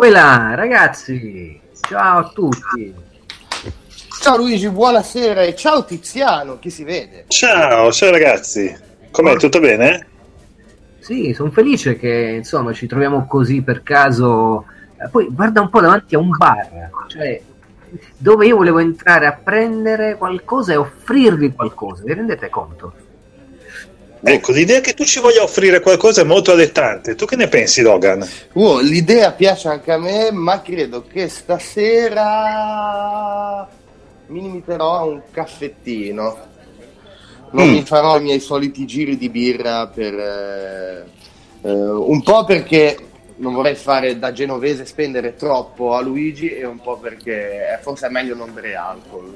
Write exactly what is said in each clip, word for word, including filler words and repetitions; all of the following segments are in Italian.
Voilà, ragazzi, ciao a tutti. Ciao Luigi, buonasera e ciao Tiziano, chi si vede? Ciao, ciao ragazzi, com'è? Tutto bene? Sì, sono felice che insomma ci troviamo così per caso. Eh, Poi guarda un po' davanti a un bar, cioè dove io volevo entrare a prendere qualcosa e offrirvi qualcosa, vi rendete conto? Ecco, l'idea che tu ci voglia offrire qualcosa è molto allettante. Tu che ne pensi, Logan? Oh, l'idea piace anche a me, ma credo che stasera mi limiterò a un caffettino. Non Mm. mi farò i miei soliti giri di birra per eh, eh, un po' perché non vorrei fare da genovese spendere troppo a Luigi e un po' perché forse è meglio non bere alcol.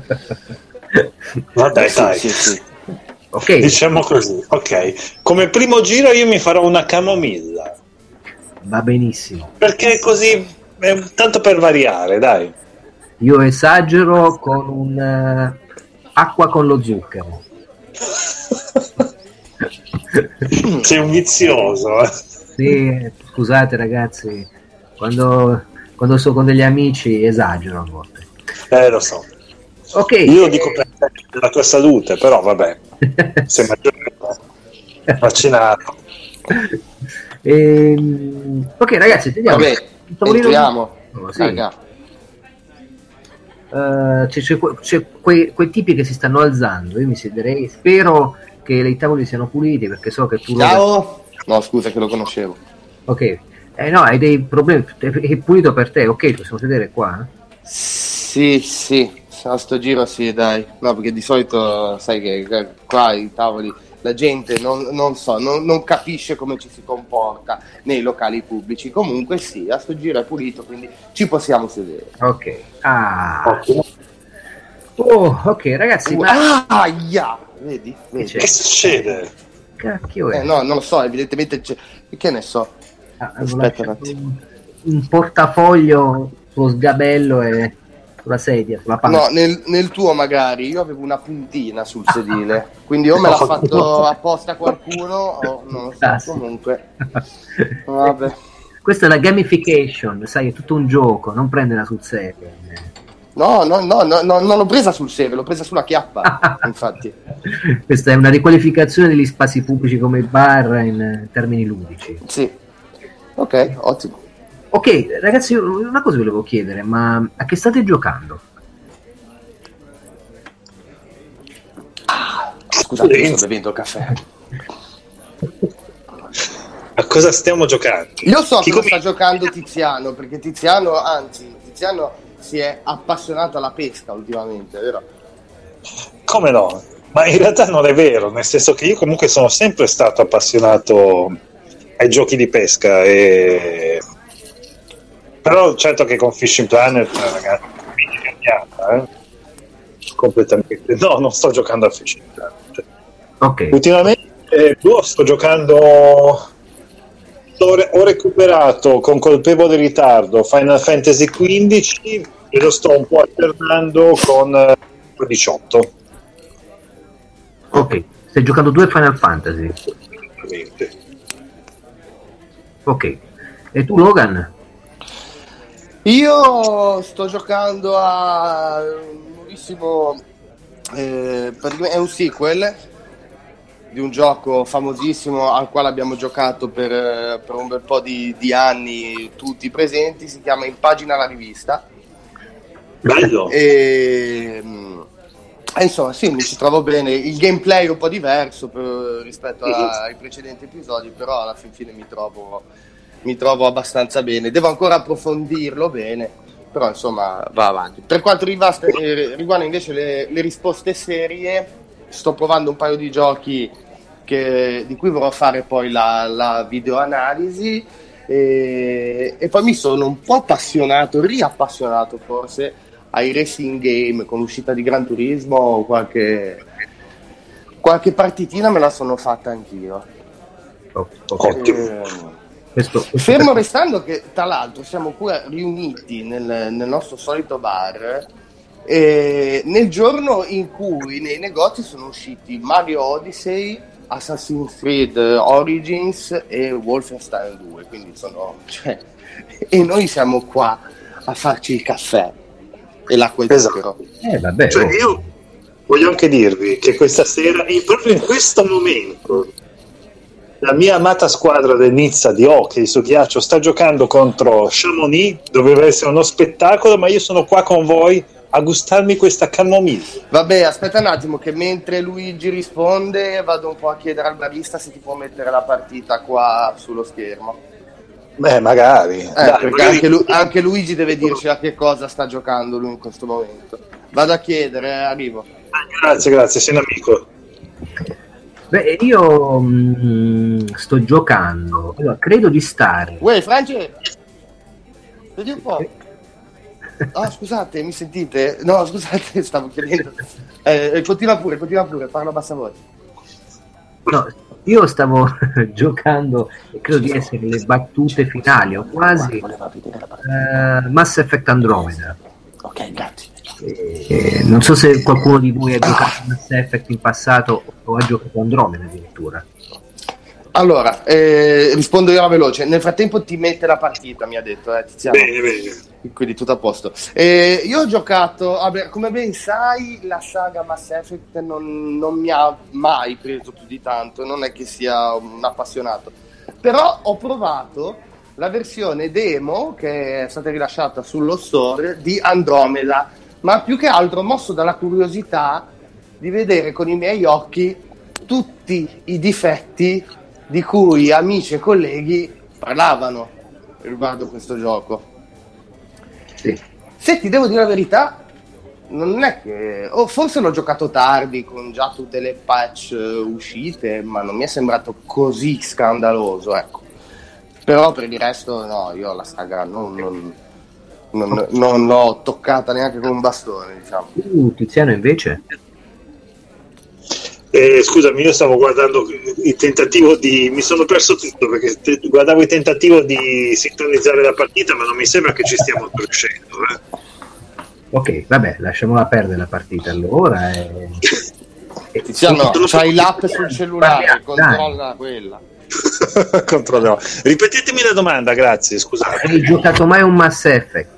Vabbè, Sì, dai. sì, sì. Ok, Diciamo così, ok. Come primo giro io mi farò una camomilla, va benissimo. perché così, eh, tanto per variare, dai. Io esagero con un eh, acqua con lo zucchero. Sei un vizioso, eh. Sì, scusate ragazzi, quando, quando sono con degli amici esagero a volte. Eh, lo so. Ok, Io dico per te, per la tua salute, però vabbè, sei maggiore, vaccinato. Ehm, ok ragazzi, teniamo Vabbè, il tavolino- entriamo. Oh, sì. Raga. Eh, c'è, c'è que- c'è quei, quei tipi che si stanno alzando, io mi siederei, spero che i tavoli siano puliti perché so che tu lo- Ciao! No, scusa che lo conoscevo. ok, eh, no, hai dei problemi, è pulito per te, ok, possiamo sedere qua? Sì, sì, a sto giro sì, dai. No, perché di solito sai che eh, qua i tavoli la gente non, non so, non, non capisce come ci si comporta nei locali pubblici. Comunque sì, a sto giro è pulito, quindi ci possiamo sedere. Ok, ah, Ottimo. oh, ok ragazzi, ma Ah, ya! Vedi? Vedi? c'è? Che succede? Cacchio è? Eh, no, non lo so, evidentemente c'è. Che ne so. Ah, avevo Aspetta un lasciato attimo. un, un portafoglio sullo sgabello e sulla sedia, sulla panca. No, nel, nel tuo magari io avevo una puntina sul sedile, quindi o me l'ha No. fatto apposta qualcuno o non lo Ah, so, sì. comunque. Vabbè. Questa è una gamification, sai, è tutto un gioco, non prendela sul serio. No, no, no, no, no, non l'ho presa sul serio, l'ho presa sulla chiappa, infatti. Questa è una riqualificazione degli spazi pubblici come i bar in eh, termini ludici. Sì. Ok, ottimo. Ok, ragazzi, io una cosa vi volevo chiedere, ma a che state giocando? Scusate, io sto bevendo caffè. A cosa stiamo giocando? Io so Chi che lo sta comincia? giocando Tiziano, perché Tiziano, anzi, Tiziano si è appassionato alla pesca ultimamente, vero? Come no? Ma in realtà non è vero, nel senso che io comunque sono sempre stato appassionato ai giochi di pesca, e... però certo che con Fishing Planet, ragazzi, mi è cambiata, eh? Completamente. No, non sto giocando a Fishing Planet. Ok, Ultimamente eh, boh, sto giocando, ho, re- ho recuperato con colpevole ritardo Final Fantasy quindici e lo sto un po' alternando con eh, diciotto. ok, stai giocando due Final Fantasy. Ovviamente. Ok, e tu Logan? Io sto giocando a un nuovissimo, eh, praticamente è un sequel di un gioco famosissimo al quale abbiamo giocato per, eh, per un bel po' di, di anni tutti presenti, si chiama In Pagina la rivista. Bello. E, mm, e insomma sì, mi ci trovo bene, il gameplay è un po' diverso per- rispetto a- ai precedenti episodi, però alla fin fine mi trovo, mi trovo abbastanza bene, devo ancora approfondirlo bene, però insomma va avanti. Per quanto riguarda, eh, riguarda invece le, le risposte serie, sto provando un paio di giochi che- di cui vorrò fare poi la, la videoanalisi, e, e poi mi sono un po' appassionato, riappassionato forse ai racing game con l'uscita di Gran Turismo, qualche, qualche partitina me la sono fatta anch'io. Oh, ok. Ottimo. Eh, Questo, questo fermo per- restando che tra l'altro siamo pure riuniti nel, nel nostro solito bar E nel giorno in cui nei negozi sono usciti Mario Odyssey, Assassin's Creed Origins e Wolfenstein due, quindi sono, cioè, e noi siamo qua a farci il caffè e l'acqua e il zucchero. Eh, vabbè, cioè, oh. io voglio anche dirvi che questa sera, proprio in questo momento, la mia amata squadra del Nizza di hockey su ghiaccio sta giocando contro Chamonix. Doveva essere uno spettacolo, ma io sono qua con voi a gustarmi questa camomilla. Vabbè, aspetta un attimo che mentre Luigi risponde vado un po' a chiedere al barista se ti può mettere la partita qua sullo schermo. Beh, magari. Eh, Dai, perché magari... Anche, Lu- anche Luigi deve dirci a che cosa sta giocando lui in questo momento. Vado a chiedere, eh, arrivo. Grazie, grazie, sei un amico. Beh, io mh, sto giocando, allora, credo di stare. Uè, Franci, vedi un po'. Ah, scusate, mi sentite? No, scusate, stavo chiedendo. Eh, continua pure, continua pure, parlo a bassa voce. No, io stavo giocando, credo di essere le battute finali, o quasi, eh, Mass Effect Andromeda. Ok, grazie. Eh, non so se qualcuno di voi ha giocato Mass Effect in passato o ha giocato Andromeda addirittura. Allora, eh, rispondo io alla veloce. Nel frattempo ti mette la partita, mi ha detto eh, Tiziano. Bene, bene. Quindi tutto a posto. Eh, io ho giocato, vabbè, come ben sai, la saga Mass Effect non, non mi ha mai preso più di tanto, non è che sia un appassionato. Però ho provato la versione demo che è stata rilasciata sullo store di Andromeda, ma più che altro mosso dalla curiosità di vedere con i miei occhi tutti i difetti di cui amici e colleghi parlavano riguardo questo gioco. Sì. Se ti devo dire la verità, non è che... o forse l'ho giocato tardi con già tutte le patch uscite, ma non mi è sembrato così scandaloso, ecco. Però per il resto no, io la saga non... non Non, non l'ho toccata neanche con un bastone, diciamo. Uh, Tiziano invece? Eh, scusami, io stavo guardando il tentativo di... mi sono perso tutto perché te... guardavo il tentativo di sintonizzare la partita, ma non mi sembra che ci stiamo riuscendo. Eh. Ok, vabbè, lasciamola perdere la partita allora. E... e Tiziano, c'hai l'app sul cellulare, controlla quella. Controlliamo. Ripetetemi la domanda, grazie, scusate. Hai giocato mai un Mass Effect?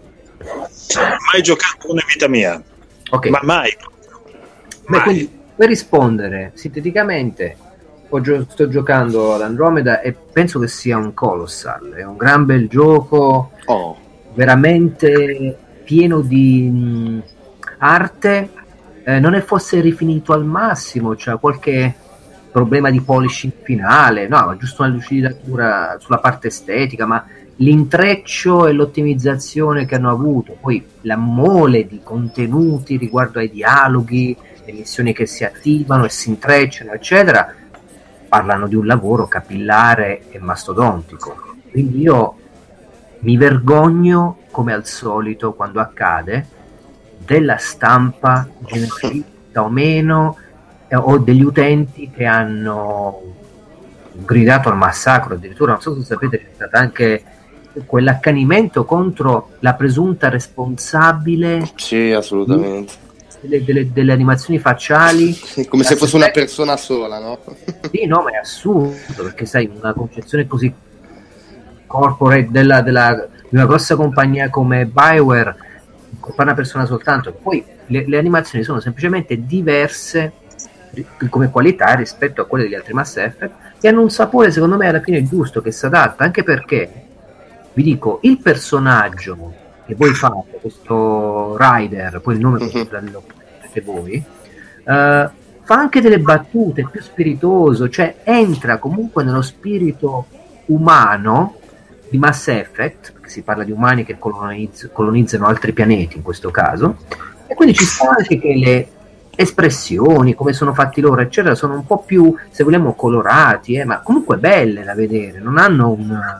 Mai giocato una vita mia. Ok. Ma mai. Beh, mai. quindi, per rispondere sinteticamente, ho gio- sto giocando ad Andromeda e penso che sia un colossal, è un gran bel gioco, oh. veramente pieno di mh, arte, eh, non è forse rifinito al massimo, c'è qualche problema di polishing finale, no, giusto una lucidatura sulla parte estetica, ma l'intreccio e l'ottimizzazione che hanno avuto, poi la mole di contenuti riguardo ai dialoghi, le missioni che si attivano e si intrecciano, eccetera, parlano di un lavoro capillare e mastodontico. Quindi io mi vergogno, come al solito quando accade, della stampa generalista o meno, eh, o degli utenti che hanno gridato al massacro. Addirittura, non so se sapete, c'è stato anche quell'accanimento contro la presunta responsabile. Sì, assolutamente. Delle, delle, delle animazioni facciali, come se fosse una persona sola, no? Sì, no, ma è assurdo, perché sai, una concezione così corporate della, della, di una grossa compagnia come BioWare, fa una persona soltanto, poi le, le animazioni sono semplicemente diverse come qualità rispetto a quelle degli altri Mass Effect, e hanno un sapore secondo me alla fine giusto, che si adatta, anche perché vi dico, il personaggio che voi fate, questo Ryder, poi il nome mm-hmm. lo potete voi, uh, fa anche delle battute, più spiritoso, cioè entra comunque nello spirito umano di Mass Effect, perché si parla di umani che colonizz- colonizzano altri pianeti in questo caso, e quindi ci sta anche che le espressioni, come sono fatti loro, eccetera, sono un po' più, se vogliamo, colorati, eh, ma comunque belle da vedere, non hanno un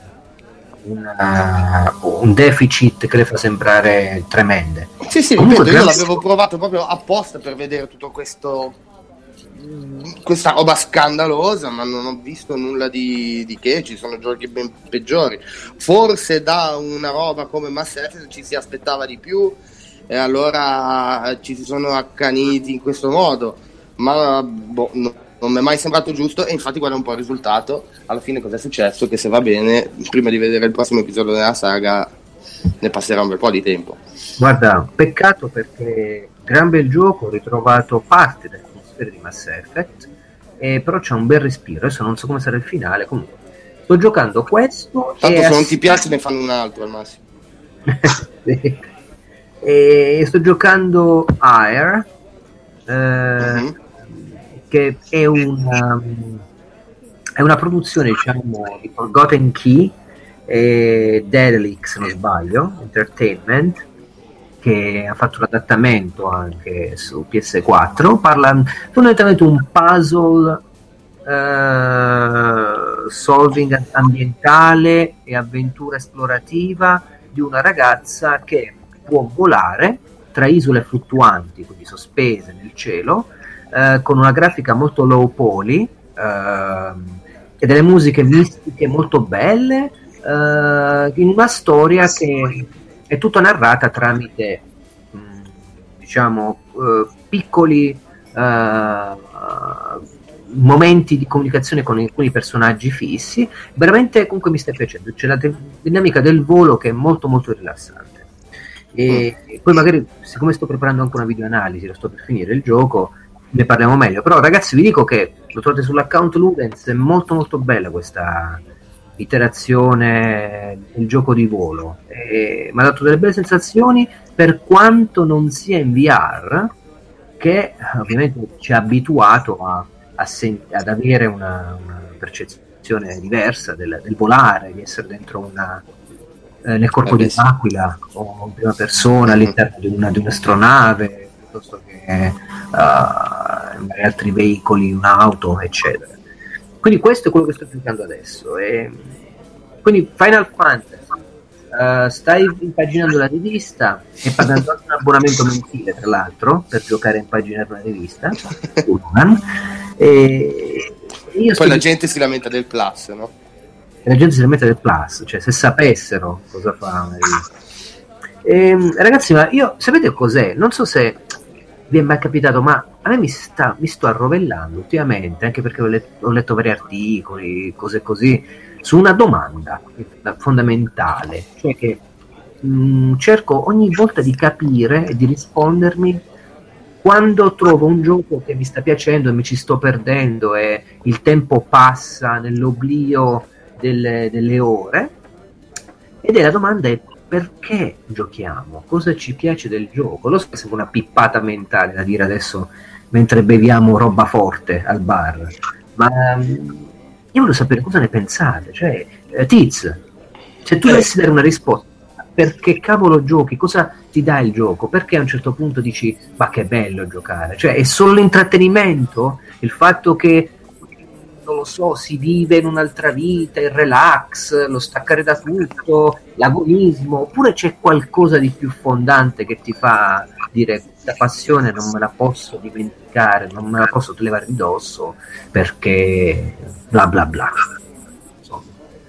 Una, un deficit che le fa sembrare tremende. Sì, sì, ripeto, io l'avevo provato proprio apposta per vedere tutto questo, questa roba scandalosa, ma non ho visto nulla di, di che, ci sono giochi ben peggiori. Forse da una roba come Mass Effect ci si aspettava di più, e allora ci si sono accaniti in questo modo, ma boh, no, non mi è mai sembrato giusto, e infatti guarda un po' il risultato. Alla fine cosa è successo? Che se va bene, prima di vedere il prossimo episodio della saga ne passerà un bel po' di tempo. Guarda, peccato, perché gran bel gioco, ho ritrovato parte dell'atmosfera di Mass Effect, e però c'è un bel respiro. Adesso non so come sarà il finale, comunque sto giocando questo. Tanto e se non ass- ti piace ne fanno un altro al massimo. e sto giocando Air, eh, Mm-hmm. che è una, è una produzione, diciamo, di Forgotten Key e Daedalic, se non sbaglio, Entertainment, che ha fatto l'adattamento anche su P S quattro. Parla fondamentalmente un puzzle eh, solving ambientale e avventura esplorativa di una ragazza che può volare tra isole fluttuanti, quindi sospese nel cielo, eh, con una grafica molto low poly eh, e delle musiche mistiche molto belle, eh, in una storia che è tutta narrata tramite mh, diciamo uh, piccoli uh, momenti di comunicazione con alcuni personaggi fissi. Veramente comunque mi sta piacendo, c'è la te- dinamica del volo che è molto molto rilassante, e, mm. e poi magari, siccome sto preparando anche una videoanalisi, lo sto per finire il gioco, ne parliamo meglio. Però ragazzi, vi dico che lo trovate sull'account Ludens, è molto molto bella questa iterazione del gioco di volo, mi ha dato delle belle sensazioni, per quanto non sia in V R, che ovviamente ci ha abituato a, a sen- ad avere una, una percezione diversa del, del volare, di essere dentro una eh, nel corpo eh di un'aquila o in prima persona all'interno di, una, di un'astronave, piuttosto che uh, in altri veicoli, un'auto, eccetera. Quindi questo è quello che sto giocando adesso. E quindi Final Fantasy, uh, stai impaginando la rivista e pagando anche un abbonamento mensile, tra l'altro, per giocare e impaginare una rivista. e io Poi la gente si lamenta del Plus, no? La gente si lamenta del Plus, cioè se sapessero cosa fa una rivista. E, ragazzi, ma io, sapete cos'è? Non so se vi è mai capitato, ma a me mi, sta, mi sto arrovellando ultimamente, anche perché ho letto, ho letto vari articoli, cose così, su una domanda fondamentale, cioè che mh, cerco ogni volta di capire e di rispondermi quando trovo un gioco che mi sta piacendo e mi ci sto perdendo e il tempo passa nell'oblio delle, delle ore, ed è la domanda è: perché giochiamo? Cosa ci piace del gioco? Lo so che sembra una pippata mentale da dire adesso mentre beviamo roba forte al bar, ma um, io voglio sapere cosa ne pensate. Cioè, eh, Tiz, se tu dovessi dare una risposta, perché cavolo giochi? Cosa ti dà il gioco? Perché a un certo punto dici ma che bello giocare? Cioè, è solo l'intrattenimento? Il fatto che, non lo so, si vive in un'altra vita, il relax, lo staccare da tutto, l'agonismo, oppure c'è qualcosa di più fondante che ti fa dire la passione non me la posso dimenticare, non me la posso levare di dosso perché bla bla bla. Insomma.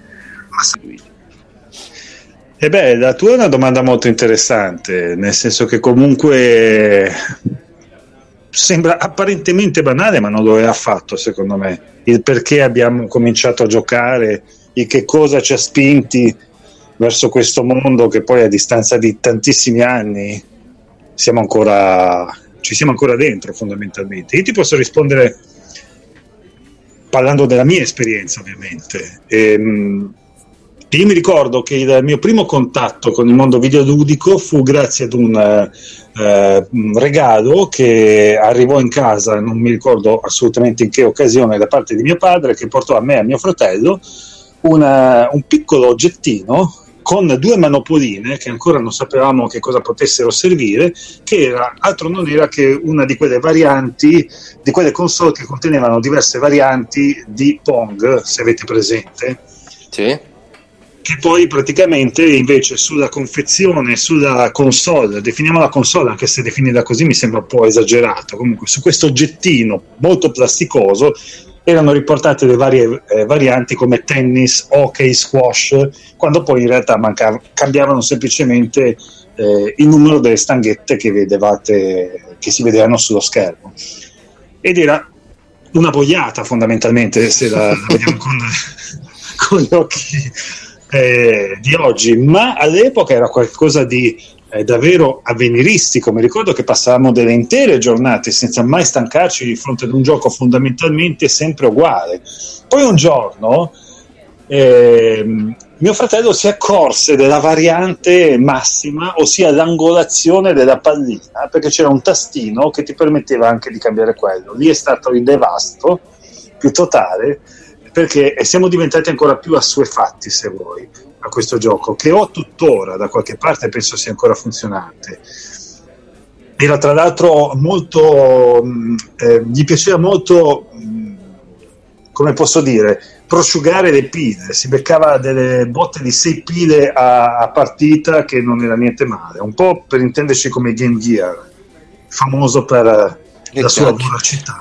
E beh, la tua è una domanda molto interessante, nel senso che comunque sembra apparentemente banale, ma non lo è affatto, secondo me. Il perché abbiamo cominciato a giocare, il che cosa ci ha spinti verso questo mondo che poi a distanza di tantissimi anni siamo ancora, ci siamo ancora dentro, fondamentalmente. Io ti posso rispondere parlando della mia esperienza, ovviamente. Ehm, io mi ricordo che il mio primo contatto con il mondo videoludico fu grazie ad un eh, regalo che arrivò in casa, non mi ricordo assolutamente in che occasione, da parte di mio padre, che portò a me e a mio fratello una, un piccolo oggettino con due manopoline che ancora non sapevamo che cosa potessero servire, che era altro non era che una di quelle varianti, di quelle console che contenevano diverse varianti di Pong, se avete presente. Sì. Che poi praticamente invece sulla confezione, sulla console, definiamo la console, anche se definirla così mi sembra un po' esagerato, comunque su questo oggettino molto plasticoso erano riportate le varie eh, varianti come tennis, hockey, squash, quando poi in realtà mancava, cambiavano semplicemente eh, il numero delle stanghette che vedevate, che si vedevano sullo schermo, ed era una boiata fondamentalmente, se la, la vediamo con, con gli occhi eh, di oggi, ma all'epoca era qualcosa di eh, davvero avveniristico. Mi ricordo che passavamo delle intere giornate senza mai stancarci di fronte ad un gioco fondamentalmente sempre uguale. Poi un giorno eh, mio fratello si accorse della variante massima, ossia l'angolazione della pallina, perché c'era un tastino che ti permetteva anche di cambiare quello. Lì è stato il devasto più totale, perché siamo diventati ancora più assuefatti, se vuoi, a questo gioco, che ho tuttora da qualche parte, penso sia ancora funzionante. Era tra l'altro molto eh, gli piaceva molto, come posso dire, prosciugare le pile. Si beccava delle botte di sei pile a, a partita, che non era niente male, un po' per intenderci come Game Gear, famoso per e la sua velocità.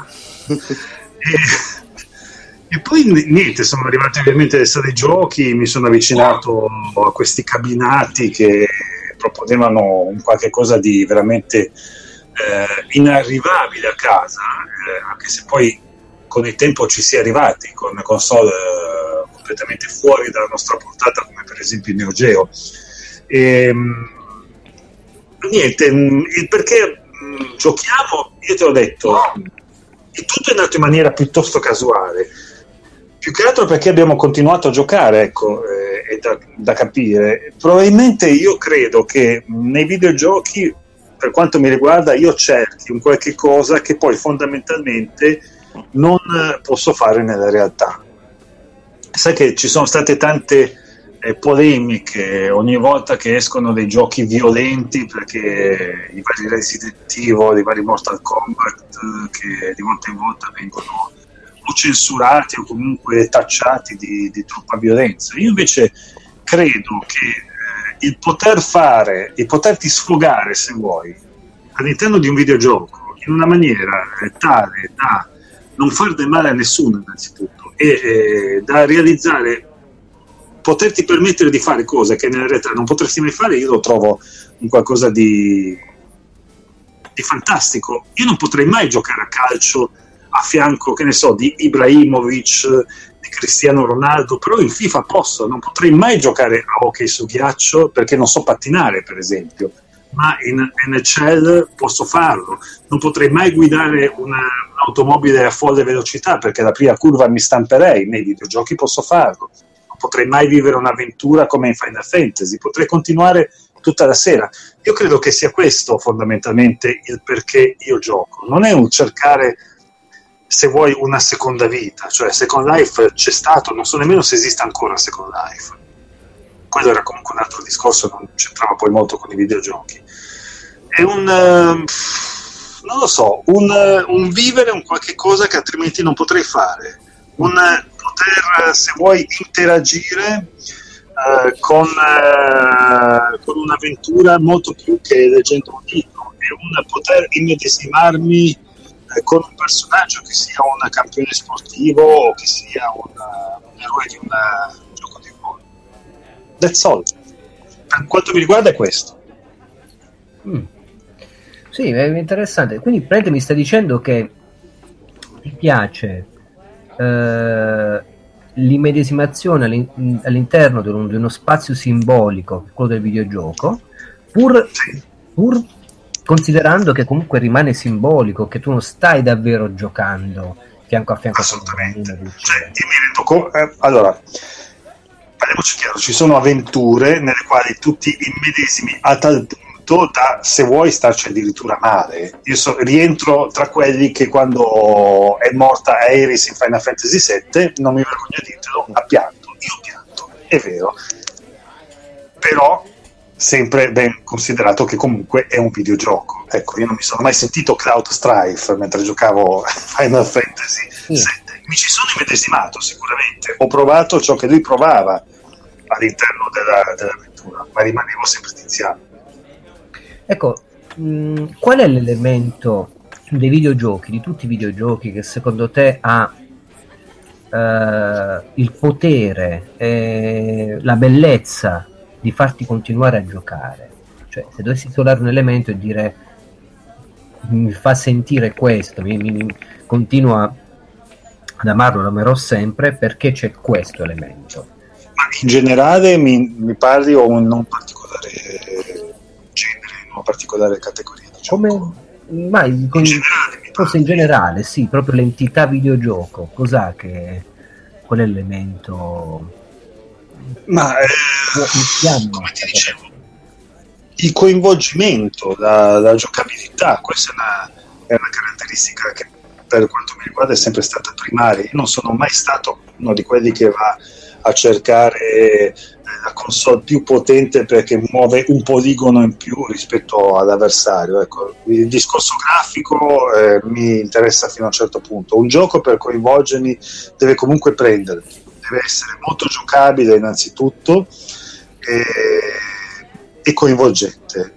e, E poi niente, sono arrivati ovviamente le sale giochi, mi sono avvicinato a questi cabinati che proponevano un qualche cosa di veramente eh, inarrivabile a casa, eh, anche se poi con il tempo ci si è arrivati con console eh, completamente fuori dalla nostra portata, come per esempio il Neo Geo. E, niente, il perché mh, giochiamo, io te l'ho detto, e tutto è nato in maniera piuttosto casuale. Più che altro perché abbiamo continuato a giocare, ecco, eh, è da, da capire. Probabilmente io credo che nei videogiochi, per quanto mi riguarda, io cerchi un qualche cosa che poi fondamentalmente non posso fare nella realtà. Sai che ci sono state tante eh, polemiche ogni volta che escono dei giochi violenti, perché i vari Resident Evil, i vari Mortal Kombat, che di volta in volta vengono o censurati o comunque tacciati di, di troppa violenza. Io invece credo che eh, il poter fare, il poterti sfogare, se vuoi, all'interno di un videogioco in una maniera eh, tale da non far del male a nessuno innanzitutto, e eh, da realizzare, poterti permettere di fare cose che nella realtà non potresti mai fare, io lo trovo un qualcosa di, di fantastico. Io non potrei mai giocare a calcio a fianco, che ne so, di Ibrahimovic, di Cristiano Ronaldo, però in FIFA posso. Non potrei mai giocare a hockey su ghiaccio perché non so pattinare, per esempio, ma in N H L posso farlo. Non potrei mai guidare una, un'automobile a folle velocità perché la prima curva mi stamperei. Nei videogiochi posso farlo. Non potrei mai vivere un'avventura come in Final Fantasy. Potrei continuare tutta la sera. Io credo che sia questo fondamentalmente il perché io gioco. Non è un cercare, se vuoi, una seconda vita, cioè Second Life c'è stato, non so nemmeno se esiste ancora Second Life. Quello era comunque un altro discorso, non c'entrava poi molto con i videogiochi. È un, uh, non lo so, un, uh, un vivere un qualche cosa che altrimenti non potrei fare, un uh, poter, se vuoi, interagire uh, con, uh, con un'avventura molto più che leggendo un libro, e un poter immedesimarmi con un personaggio, che sia un campione sportivo o che sia una, un eroe di una, un gioco di ruolo. That's all. Per quanto mi riguarda è questo. Mm. Sì, è interessante. Quindi praticamente mi stai dicendo che ti piace eh, l'immedesimazione all'in- all'interno di, un, di uno spazio simbolico, quello del videogioco, pur, Sì. pur considerando che comunque rimane simbolico, che tu non stai davvero giocando fianco a fianco. Assolutamente. Cioè, io mi rendo conto, eh, allora, parliamoci chiaro, ci sono avventure nelle quali tu ti immedesimi a tal punto da, se vuoi, starci addirittura male. Io so, rientro tra quelli che quando è morta Aerys in Final Fantasy sette, non mi vergogno a dirtelo, ha pianto. Io pianto, è vero. Però sempre ben considerato che comunque è un videogioco. Ecco, io non mi sono mai sentito Cloud Strife mentre giocavo Final Fantasy sette. Mi ci sono immedesimato sicuramente, ho provato ciò che lui provava all'interno della, dell'avventura, ma rimanevo sempre tiziano. Ecco, mh, qual è l'elemento dei videogiochi, di tutti i videogiochi, che secondo te ha eh, il potere e la bellezza di farti continuare a giocare? Cioè, Cioè, se dovessi isolare un elemento e dire mi fa sentire questo, mi, mi, mi continua ad amarlo, lo amerò sempre perché c'è questo elemento. Ma in generale mi, mi parli o in un particolare genere, in una particolare categoria? Diciamo. Come mai in in generale, mi forse in generale, sì, proprio l'entità videogioco, cos'ha che quell'elemento? Ma eh, come ti dicevo, il coinvolgimento, la, la giocabilità, questa è una, è una caratteristica che per quanto mi riguarda è sempre stata primaria. Io non sono mai stato uno di quelli che va a cercare la console più potente perché muove un poligono in più rispetto all'avversario. Ecco, il discorso grafico eh, mi interessa fino a un certo punto. Un gioco per coinvolgermi deve comunque prendermi, deve essere molto giocabile innanzitutto e, e coinvolgente.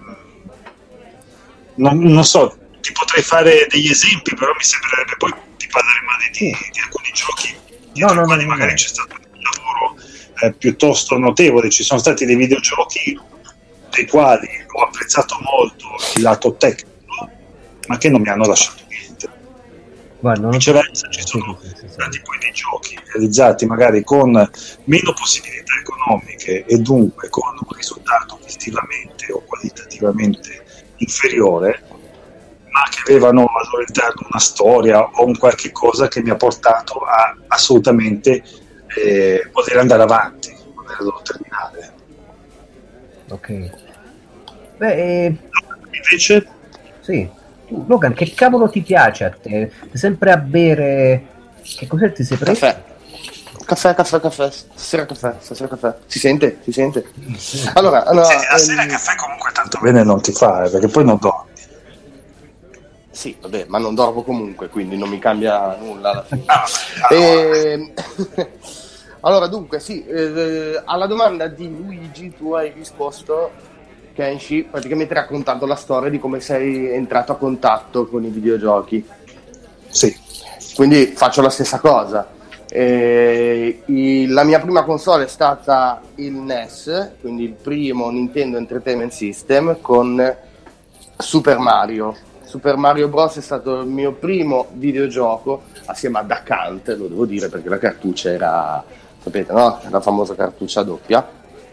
Non, non so, ti potrei fare degli esempi, però mi sembrerebbe poi di parlare male di, di alcuni giochi no, no, quali no, magari no. c'è stato un lavoro eh, piuttosto notevole. Ci sono stati dei videogiochi dei quali ho apprezzato molto il lato tecnico, ma che non mi hanno lasciato niente. Guarda, non... Viceversa, ci sono sì, sì, sì, stati poi dei giochi realizzati magari con meno possibilità economiche e dunque con un risultato visivamente o qualitativamente inferiore, ma che avevano al loro interno una storia o un qualche cosa che mi ha portato a assolutamente eh, poter andare avanti, poterlo terminare. Ok. Beh, eh... invece? Sì. Tu, Logan, che cavolo ti piace a te? Sei sempre a bere... Che cos'è ti sei preso? Caffè. Caffè, caffè, caffè. Stasera caffè, stasera caffè. Si sente? Si sente? Allora, allora sì, la sera ehm... caffè comunque tanto bene non ti fa, eh, perché poi non dormi. Sì, vabbè, ma non dormo comunque, quindi non mi cambia nulla alla fine. Ah, e... allora, dunque, sì, eh, alla domanda di Luigi tu hai risposto, Kenshi, praticamente raccontando la storia di come sei entrato a contatto con i videogiochi. Sì. Quindi faccio la stessa cosa. Eh, il, la mia prima console è stata il N E S, quindi il primo Nintendo Entertainment System con Super Mario. Super Mario Bros. È stato il mio primo videogioco assieme a Duck Hunt, lo devo dire perché la cartuccia era, sapete, no? La famosa cartuccia doppia.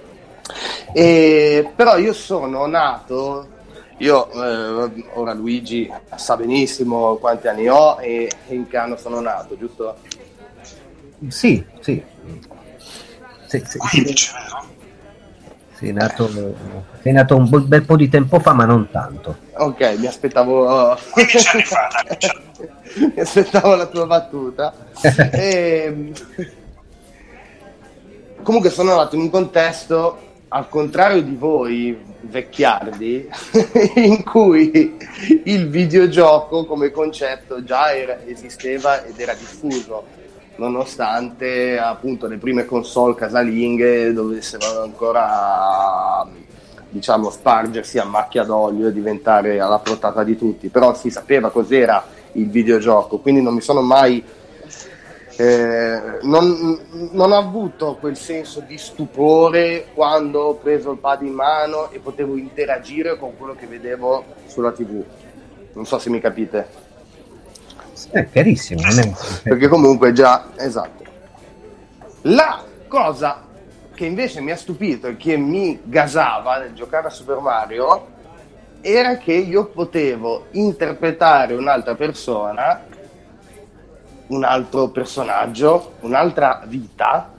E, però io sono nato, io eh, ora Luigi sa benissimo quanti anni ho e, e in che anno sono nato, giusto? Sì, sì. Sì, sì, quindici, sì. vero? Sei nato, sei nato un bel po' di tempo fa, ma non tanto. Ok, mi aspettavo quindici anni fa, dai. mi aspettavo la tua battuta. e... Comunque sono nato in un contesto, al contrario di voi vecchiardi, in cui il videogioco come concetto già era, esisteva ed era diffuso, nonostante appunto le prime console casalinghe dovessero ancora, diciamo, spargersi a macchia d'olio e diventare alla portata di tutti, però si sapeva cos'era il videogioco, quindi non mi sono mai eh, non, non ho avuto quel senso di stupore quando ho preso il pad in mano e potevo interagire con quello che vedevo sulla tivù. Non so se mi capite. È chiarissimo, non è... perché comunque già, esatto. La cosa che invece mi ha stupito e che mi gasava nel giocare a Super Mario era che io potevo interpretare un'altra persona, un altro personaggio, un'altra vita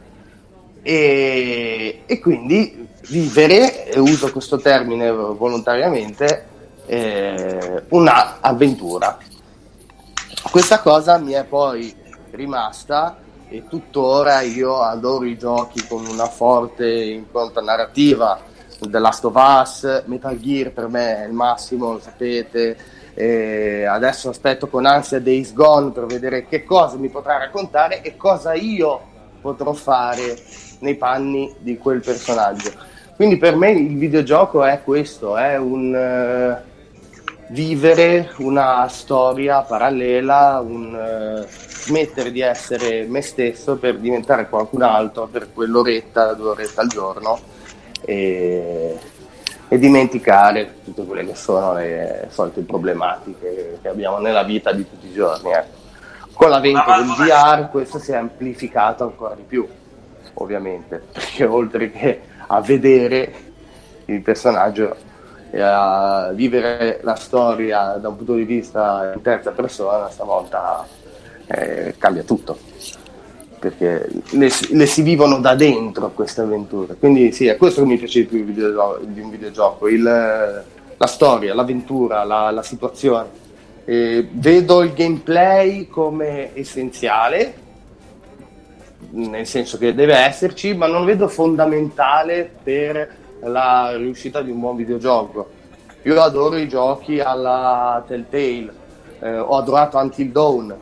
e, e quindi vivere, e uso questo termine volontariamente, eh, una avventura. Questa cosa mi è poi rimasta e tuttora io adoro i giochi con una forte impronta narrativa. The Last of Us, Metal Gear per me è il massimo, lo sapete, e adesso aspetto con ansia Days Gone per vedere che cosa mi potrà raccontare e cosa io potrò fare nei panni di quel personaggio. Quindi per me il videogioco è questo, è un... Uh, vivere una storia parallela, un uh, smettere di essere me stesso per diventare qualcun altro per quell'oretta, due orette al giorno e, e dimenticare tutte quelle che sono le solite problematiche che abbiamo nella vita di tutti i giorni. Ecco. Con l'avvento del V R questo si è amplificato ancora di più, ovviamente, perché oltre che a vedere il personaggio e a vivere la storia da un punto di vista in terza persona, stavolta eh, cambia tutto, perché le, le si vivono da dentro queste avventure. Quindi sì, è questo che mi piace di più di un videogioco, il, la storia, l'avventura, la, la situazione. E vedo il gameplay come essenziale, nel senso che deve esserci, ma non lo vedo fondamentale per la riuscita di un buon videogioco. Io adoro i giochi alla Telltale, eh, ho adorato Until Dawn,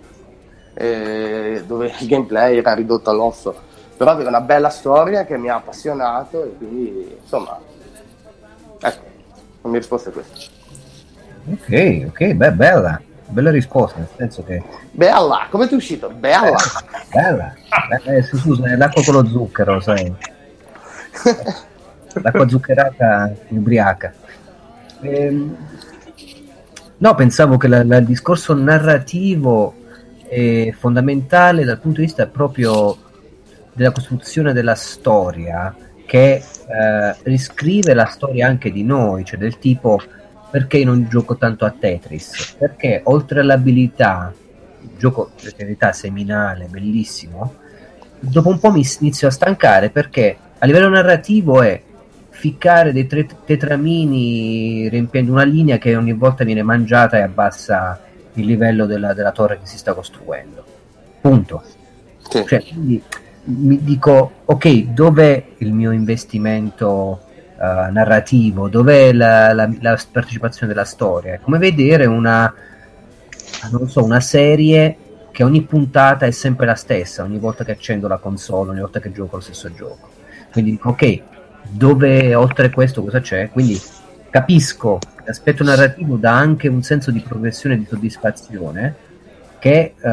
eh, dove il gameplay era ridotto all'osso, però aveva una bella storia che mi ha appassionato e quindi insomma, ecco, la mia risposta è questa. Ok, ok, beh, bella, bella risposta, nel senso che... Bella, come ti è uscito? Bella! Bella, eh, scusa, è l'acqua con lo zucchero, sai? L'acqua zuccherata ubriaca. Ehm, no, pensavo che la, la, il discorso narrativo è fondamentale dal punto di vista proprio della costruzione della storia, che eh, riscrive la storia anche di noi, cioè del tipo: perché io non gioco tanto a Tetris? Perché oltre all'abilità, il gioco per carità seminale, bellissimo, dopo un po' mi inizio a stancare, perché a livello narrativo è ficcare dei tre- tetramini riempiendo una linea che ogni volta viene mangiata e abbassa il livello della, della torre che si sta costruendo. Punto. Sì. Cioè, quindi mi dico, ok, dov'è il mio investimento uh, narrativo? Dov'è la, la, la partecipazione della storia? È come vedere una, non so, una serie che ogni puntata è sempre la stessa, ogni volta che accendo la console, ogni volta che gioco lo stesso gioco. Quindi dico, ok, dove oltre a questo cosa c'è? Quindi capisco che l'aspetto narrativo dà anche un senso di progressione e di soddisfazione che eh,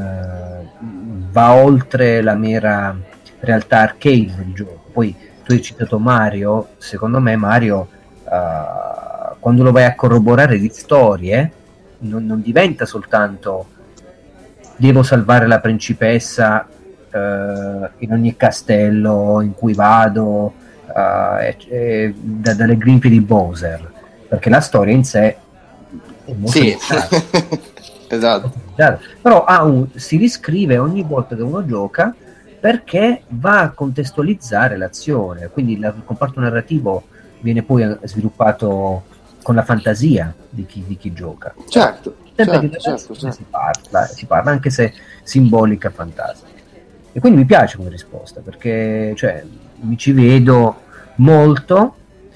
va oltre la mera realtà arcade del gioco. Poi tu hai citato Mario, secondo me Mario eh, quando lo vai a corroborare di storie non, non diventa soltanto devo salvare la principessa eh, in ogni castello in cui vado, Uh, e, e, da, dalle grinfie di Bowser, perché la storia in sé è molto sì. Esatto. Però ha un, si riscrive ogni volta che uno gioca, perché va a contestualizzare l'azione, quindi la, il comparto narrativo viene poi sviluppato con la fantasia di chi, di chi gioca. Certo, sempre certo, che certo, certo. Si, parla, si parla anche se simbolica, fantastica. E quindi mi piace come risposta, perché cioè, mi ci vedo molto,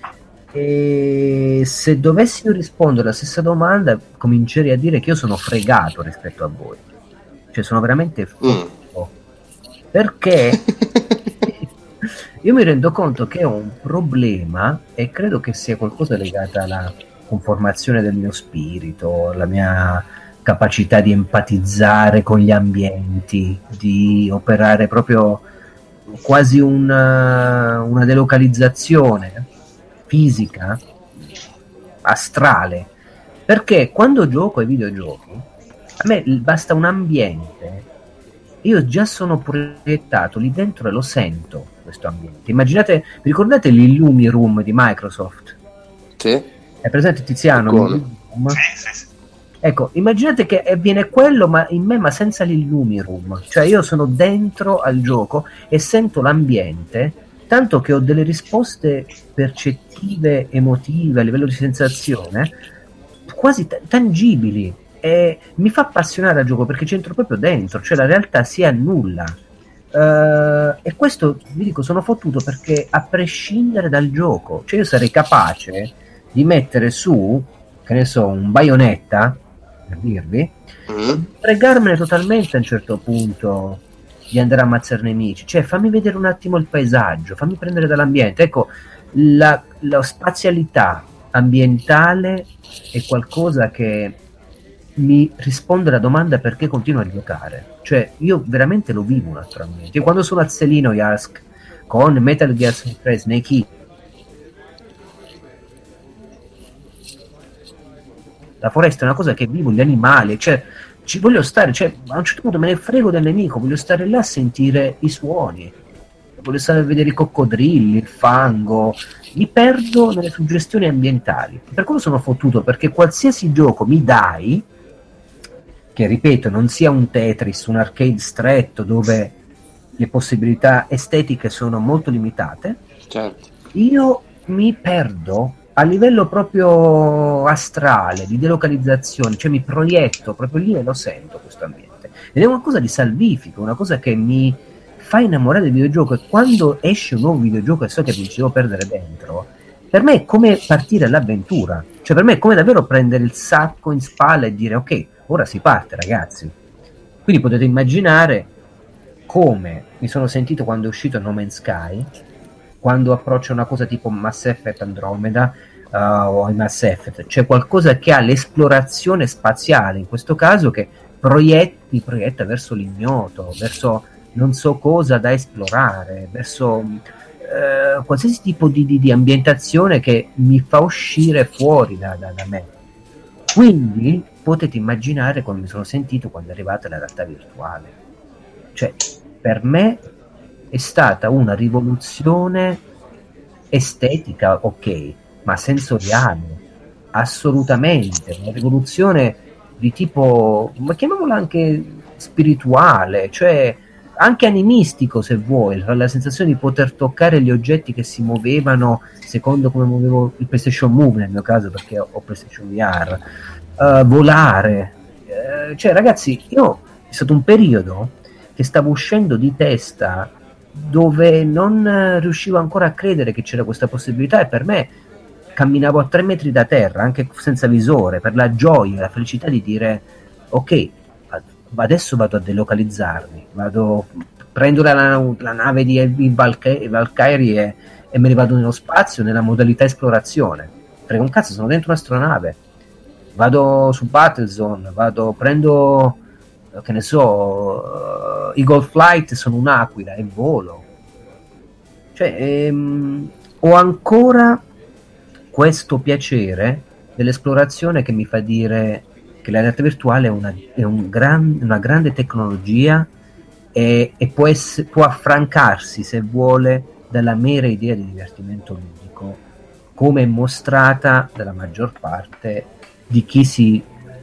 e se dovessi rispondere alla stessa domanda comincerei a dire che io sono fregato rispetto a voi, cioè sono veramente fottuto, mm. perché io mi rendo conto che ho un problema, e credo che sia qualcosa legato alla conformazione del mio spirito, alla mia capacità di empatizzare con gli ambienti, di operare proprio quasi una, una delocalizzazione fisica, astrale, perché quando gioco ai videogiochi a me basta un ambiente, io già sono proiettato lì dentro e lo sento questo ambiente. Immaginate, vi ricordate l'Illumi Room di Microsoft? Sì. È presente Tiziano? Sì, sì, sì. Ecco, immaginate che avviene quello ma in me, ma senza l'Illumiroom, cioè io sono dentro al gioco e sento l'ambiente, tanto che ho delle risposte percettive, emotive, a livello di sensazione, quasi t- tangibili, e mi fa appassionare al gioco perché c'entro proprio dentro, cioè la realtà si annulla. Uh, e questo, vi dico, sono fottuto perché a prescindere dal gioco, cioè io sarei capace di mettere su, che ne so, un Bayonetta, per dirvi, mm. fregarmene totalmente a un certo punto di andare a ammazzare nemici, cioè fammi vedere un attimo il paesaggio, fammi prendere dall'ambiente. Ecco, la, la spazialità ambientale è qualcosa che mi risponde alla domanda perché continuo a giocare, cioè io veramente lo vivo un altro ambiente. Io quando sono al Selino Yask con Metal Gear Solid tre Snake Eater, la foresta è una cosa che vivo, gli animali, cioè ci voglio stare, cioè a un certo punto me ne frego del nemico, voglio stare là a sentire i suoni, voglio stare a vedere i coccodrilli, il fango, mi perdo nelle suggestioni ambientali. Per quello sono fottuto, perché qualsiasi gioco mi dai, che ripeto non sia un Tetris, un arcade stretto dove le possibilità estetiche sono molto limitate, certo. Io mi perdo a livello proprio astrale, di delocalizzazione, cioè mi proietto proprio lì e lo sento questo ambiente. Ed è una cosa di salvifico, una cosa che mi fa innamorare del videogioco, e quando esce un nuovo videogioco e so che mi ci devo perdere dentro, per me è come partire all'avventura, cioè per me è come davvero prendere il sacco in spalla e dire ok, ora si parte ragazzi. Quindi potete immaginare come mi sono sentito quando è uscito No Man's Sky, quando approccio una cosa tipo Mass Effect Andromeda uh, o i Mass Effect, c'è qualcosa che ha l'esplorazione spaziale, in questo caso, che proietti, proietta verso l'ignoto, verso non so cosa da esplorare, verso uh, qualsiasi tipo di, di, di ambientazione che mi fa uscire fuori da, da, da me. Quindi potete immaginare come mi sono sentito quando è arrivata la realtà virtuale. Cioè, per me è stata una rivoluzione estetica, ok, ma sensoriale, assolutamente, una rivoluzione di tipo, ma chiamiamola anche spirituale, cioè anche animistico se vuoi, la sensazione di poter toccare gli oggetti che si muovevano secondo come muovevo il PlayStation Move nel mio caso, perché ho PlayStation V R, uh, volare, uh, cioè ragazzi, io è stato un periodo che stavo uscendo di testa, dove non riuscivo ancora a credere che c'era questa possibilità, e per me camminavo a tre metri da terra anche senza visore, per la gioia, la felicità di dire ok, adesso vado a delocalizzarmi, vado, prendo la, la nave di Valky- Valkyrie e, e me ne vado nello spazio nella modalità esplorazione, perché un cazzo sono dentro un'astronave, vado su Battlezone, vado, prendo che ne so, uh, Eagle Flight, sono un'aquila e volo, cioè ehm, ho ancora questo piacere dell'esplorazione che mi fa dire che la realtà virtuale è una, è un gran, una grande tecnologia e, e può, ess- può affrancarsi, se vuole, dalla mera idea di divertimento ludico, come è mostrata dalla maggior parte di chi si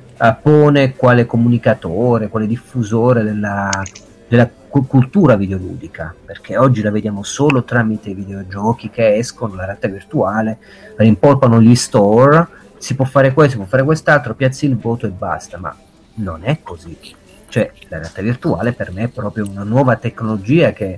pone quale comunicatore, quale diffusore della, della cu- cultura videoludica, perché oggi la vediamo solo tramite i videogiochi che escono, la realtà virtuale, rimpolpano gli store, si può fare questo, si può fare quest'altro, piazzi il voto e basta, ma non è così. Cioè la realtà virtuale per me è proprio una nuova tecnologia che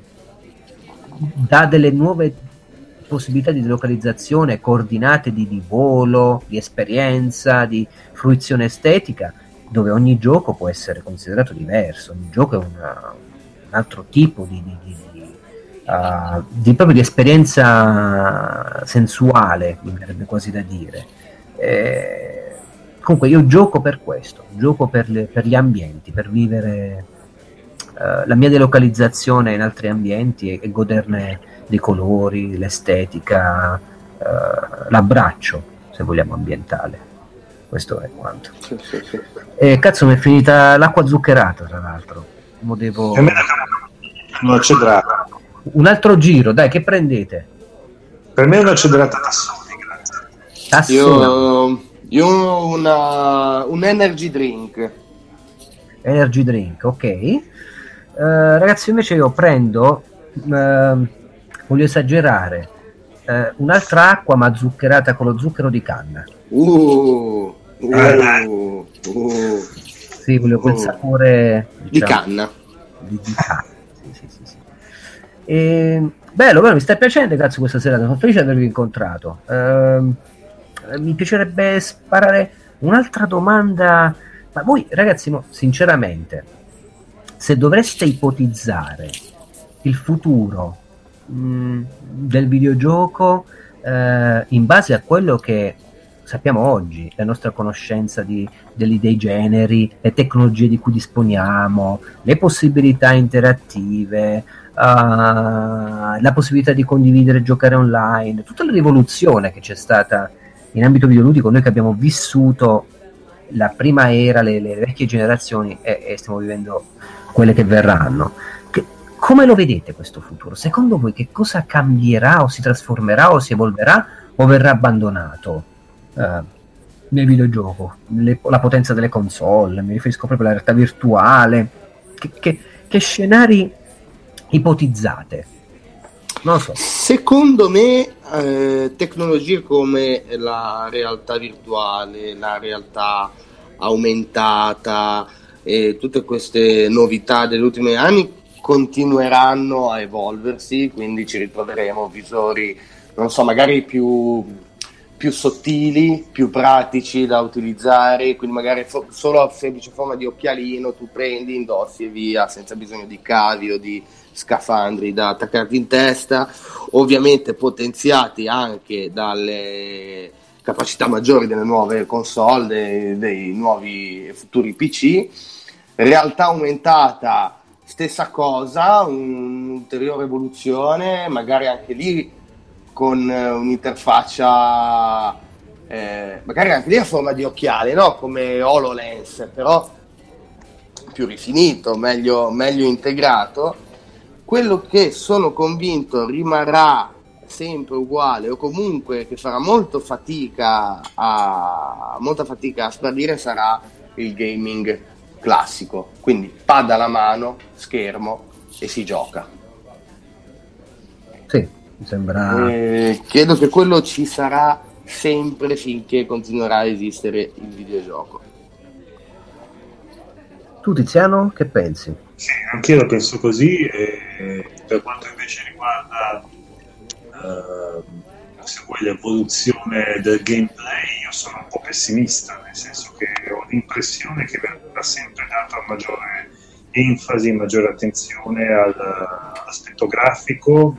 dà delle nuove possibilità di delocalizzazione, coordinate di, di volo, di esperienza, di fruizione estetica, dove ogni gioco può essere considerato diverso, ogni gioco è una, un altro tipo di, di, di, di, uh, di proprio di esperienza sensuale, mi verrebbe quasi da dire. E, comunque io gioco per questo, gioco per, le, per gli ambienti, per vivere uh, la mia delocalizzazione in altri ambienti e, e goderne dei colori, l'estetica, uh, l'abbraccio, se vogliamo, ambientale. Questo è quanto. Sì, sì, sì. E cazzo, mi è finita l'acqua zuccherata, tra l'altro. Mo devo... Una cedrata. Un altro giro, dai, che prendete? Per me è una cedrata tassoni, grazie. Tassoni. Io, io una, un energy drink. Energy drink, ok. Uh, ragazzi, invece io prendo... Uh, voglio esagerare, eh, un'altra acqua ma zuccherata con lo zucchero di canna. Uh, uh, uh, sì, voglio quel uh, sapore, diciamo, di canna. Di, di canna. Sì, sì, sì, sì. E, bello, bello, mi sta piacendo, cazzo, questa sera, sono felice di avervi incontrato. Eh, mi piacerebbe sparare un'altra domanda, ma voi ragazzi, no, sinceramente, se dovreste ipotizzare il futuro del videogioco eh, in base a quello che sappiamo oggi, la nostra conoscenza di, degli, dei generi, le tecnologie di cui disponiamo, le possibilità interattive, uh, la possibilità di condividere e giocare online, tutta la rivoluzione che c'è stata in ambito videoludico, noi che abbiamo vissuto la prima era, le, le vecchie generazioni, e, e stiamo vivendo quelle che verranno. Che, come lo vedete questo futuro? Secondo voi che cosa cambierà o si trasformerà o si evolverà o verrà abbandonato eh, nel videogioco? Le, la potenza delle console, mi riferisco proprio alla realtà virtuale. Che, che, che scenari ipotizzate? Non lo so. Secondo me eh, tecnologie come la realtà virtuale, la realtà aumentata e tutte queste novità degli ultimi anni continueranno a evolversi, quindi ci ritroveremo visori, non so, magari più, più sottili, più pratici da utilizzare, quindi magari fo- solo a semplice forma di occhialino tu prendi, indossi e via, senza bisogno di cavi o di scafandri da attaccarti in testa, ovviamente potenziati anche dalle capacità maggiori delle nuove console, dei, dei nuovi e futuri P C. Realtà aumentata, stessa cosa, un'ulteriore evoluzione, magari anche lì con un'interfaccia eh, magari anche lì a forma di occhiale, no? Come HoloLens, però più rifinito, meglio, meglio integrato. Quello che sono convinto rimarrà sempre uguale o comunque che farà molto fatica a molta fatica a sparire sarà il gaming classico, quindi pad alla mano, schermo e si gioca. Sì, mi sembra. Eh, credo che quello ci sarà sempre finché continuerà a esistere il videogioco. Tu Tiziano, che pensi? Sì, anch'io la penso così. E per quanto invece riguarda uh, se vuoi l'evoluzione del gameplay, io sono un po' pessimista, nel senso che ho l'impressione che verrà sempre data maggiore enfasi, maggiore attenzione al, all'aspetto grafico,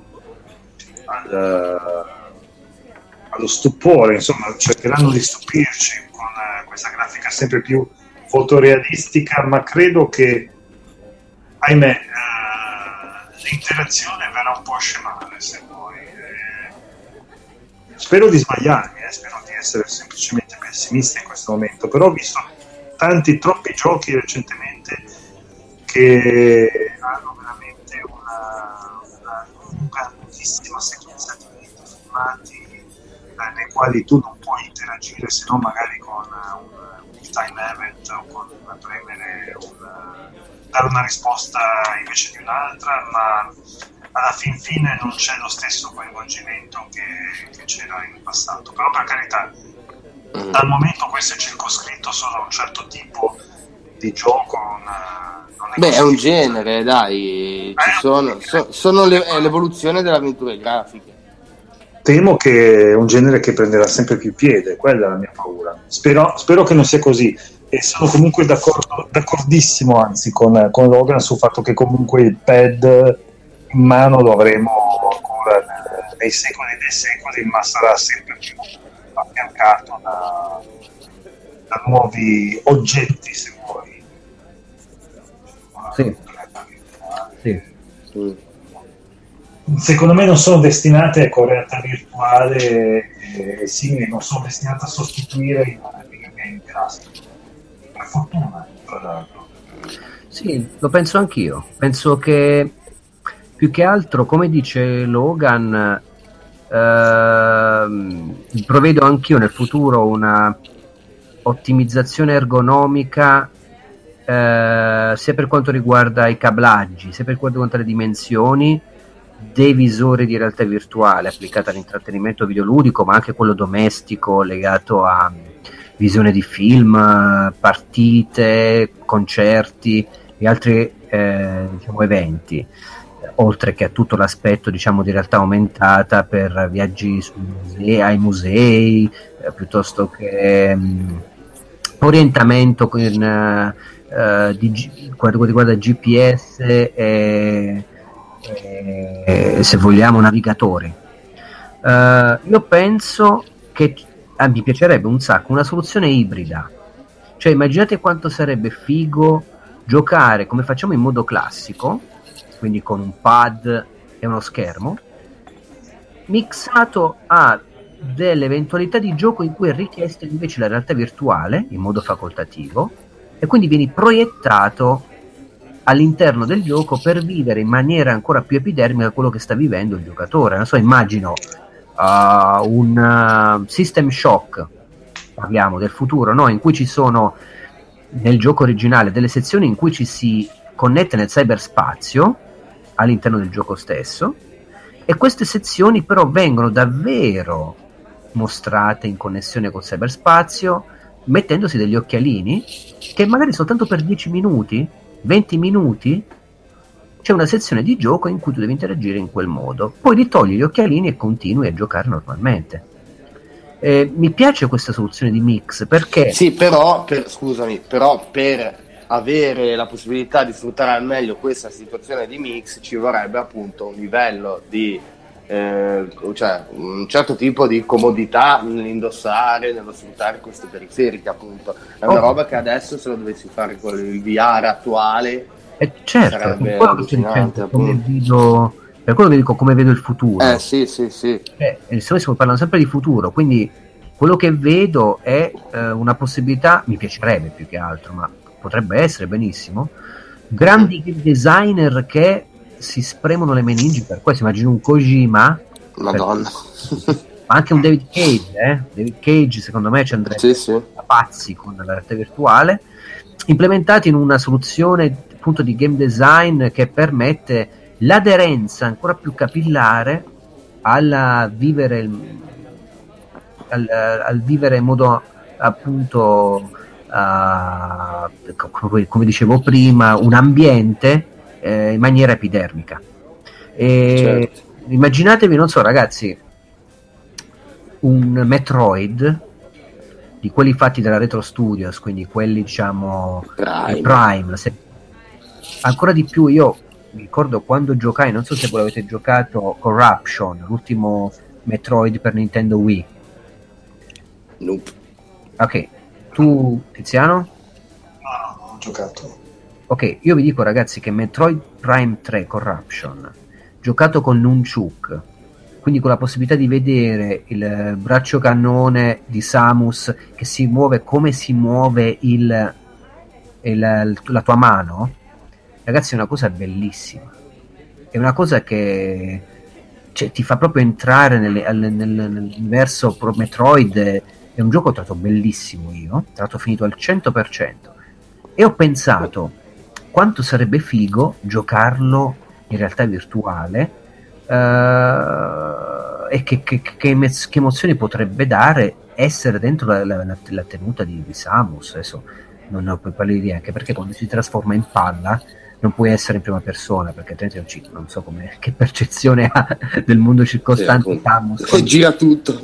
al, allo stupore, insomma cercheranno di stupirci con uh, questa grafica sempre più fotorealistica, ma credo che ahimè uh, l'interazione verrà un po' a scemare, se vuoi. Eh, spero di sbagliarmi, eh, spero di essere semplicemente pessimista in questo momento, però ho visto tanti, troppi giochi recentemente che hanno veramente una, una lunga, lunghissima sequenza di video filmati eh, nei quali tu non puoi interagire se non magari con uh, un time event o con premere un, dare una risposta invece di un'altra, ma alla fin fine non c'è lo stesso coinvolgimento che, che c'era in passato. Però per carità, dal momento questo è circoscritto solo a un certo tipo di gioco, non, non è beh così. È un genere, dai, ci eh, sono, so, sono le, è l'evoluzione delle avventure grafiche. Temo che è un genere che prenderà sempre più piede, quella è la mia paura. Spero, spero che non sia così, e sono comunque d'accordo, d'accordissimo anzi con, con Logan sul fatto che comunque il pad in mano lo avremo ancora nei secoli dei secoli, ma sarà sempre più affiancato da, da nuovi oggetti, se vuoi. Sì. Sì. Mm. Secondo me non sono destinate a realtà virtuale e simili, non sono destinate a sostituire i videogame classici. Per fortuna, tra l'altro. Sì, lo penso anch'io. Penso che più che altro, come dice Logan, ehm, prevedo anch'io nel futuro una ottimizzazione ergonomica eh, sia per quanto riguarda i cablaggi, sia per quanto riguarda le dimensioni dei visori di realtà virtuale applicata all'intrattenimento videoludico, ma anche quello domestico legato a visione di film, partite, concerti e altri eh, diciamo, eventi, oltre che a tutto l'aspetto diciamo di realtà aumentata per viaggi sui musei, ai musei, eh, piuttosto che mh, orientamento con, eh, di, quanto riguarda G P S e Eh, se vogliamo navigatori. Uh, io penso che ah, mi piacerebbe un sacco una soluzione ibrida, cioè immaginate quanto sarebbe figo giocare come facciamo in modo classico, quindi con un pad e uno schermo mixato a delle eventualità di gioco in cui è richiesta invece la realtà virtuale in modo facoltativo, e quindi vieni proiettato all'interno del gioco per vivere in maniera ancora più epidermica quello che sta vivendo il giocatore. Non so, immagino uh, un uh, System Shock, parliamo del futuro, no? In cui ci sono nel gioco originale delle sezioni in cui ci si connette nel cyberspazio all'interno del gioco stesso, e queste sezioni però vengono davvero mostrate in connessione col cyberspazio, mettendosi degli occhialini che magari soltanto per dieci minuti, venti minuti c'è una sezione di gioco in cui tu devi interagire in quel modo, poi ritogli gli occhialini e continui a giocare normalmente. Eh, mi piace questa soluzione di mix, perché sì, però per, scusami, però per avere la possibilità di sfruttare al meglio questa situazione di mix ci vorrebbe appunto un livello di eh, cioè un certo tipo di comodità nell'indossare, nello sfruttare queste periferiche, appunto è una oh. roba che adesso, se lo dovessi fare con il V R attuale, eh, certo, sarebbe allucinante, come vedo, per quello che dico, come vedo il futuro. Eh sì, sì, sì. Eh, insomma, stiamo parlando sempre di futuro, quindi quello che vedo è eh, una possibilità, mi piacerebbe più che altro, ma potrebbe essere benissimo, grandi game designer che si spremono le meningi per questo. Immagino un Kojima, Madonna, per... ma anche un David Cage, eh? David Cage secondo me ci andrebbe sì, sì. a pazzi con la realtà virtuale, implementati in una soluzione appunto di game design che permette l'aderenza ancora più capillare al vivere al, al vivere in modo appunto uh, come, come dicevo prima, un ambiente eh, in maniera epidermica. E certo. Immaginatevi, non so ragazzi, un Metroid di quelli fatti dalla Retro Studios, quindi quelli diciamo Prime, Prime se... ancora di più. Io mi ricordo quando giocai, non so se voi avete giocato Corruption, l'ultimo Metroid per Nintendo Wii. Nope. Ok, tu Tiziano? No, non ho giocato. Ok, io vi dico ragazzi che Metroid Prime tre Corruption, giocato con Nunchuk, quindi con la possibilità di vedere il braccio cannone di Samus che si muove come si muove il, il, la tua mano, ragazzi, è una cosa bellissima, è una cosa che cioè, ti fa proprio entrare nelle, nel, nell'universo Pro Metroid. È un gioco trattato bellissimo, io tra l'altro finito al cento per cento, e ho pensato quanto sarebbe figo giocarlo in realtà virtuale, uh, e che, che, che, che emozioni potrebbe dare essere dentro la, la, la, la tenuta di, di Samus. Adesso non ho poi parli di, anche perché quando si trasforma in palla non puoi essere in prima persona, perché altrimenti non, ci, non so come, che percezione ha del mondo circostante. Sì, Samus e gira tutto.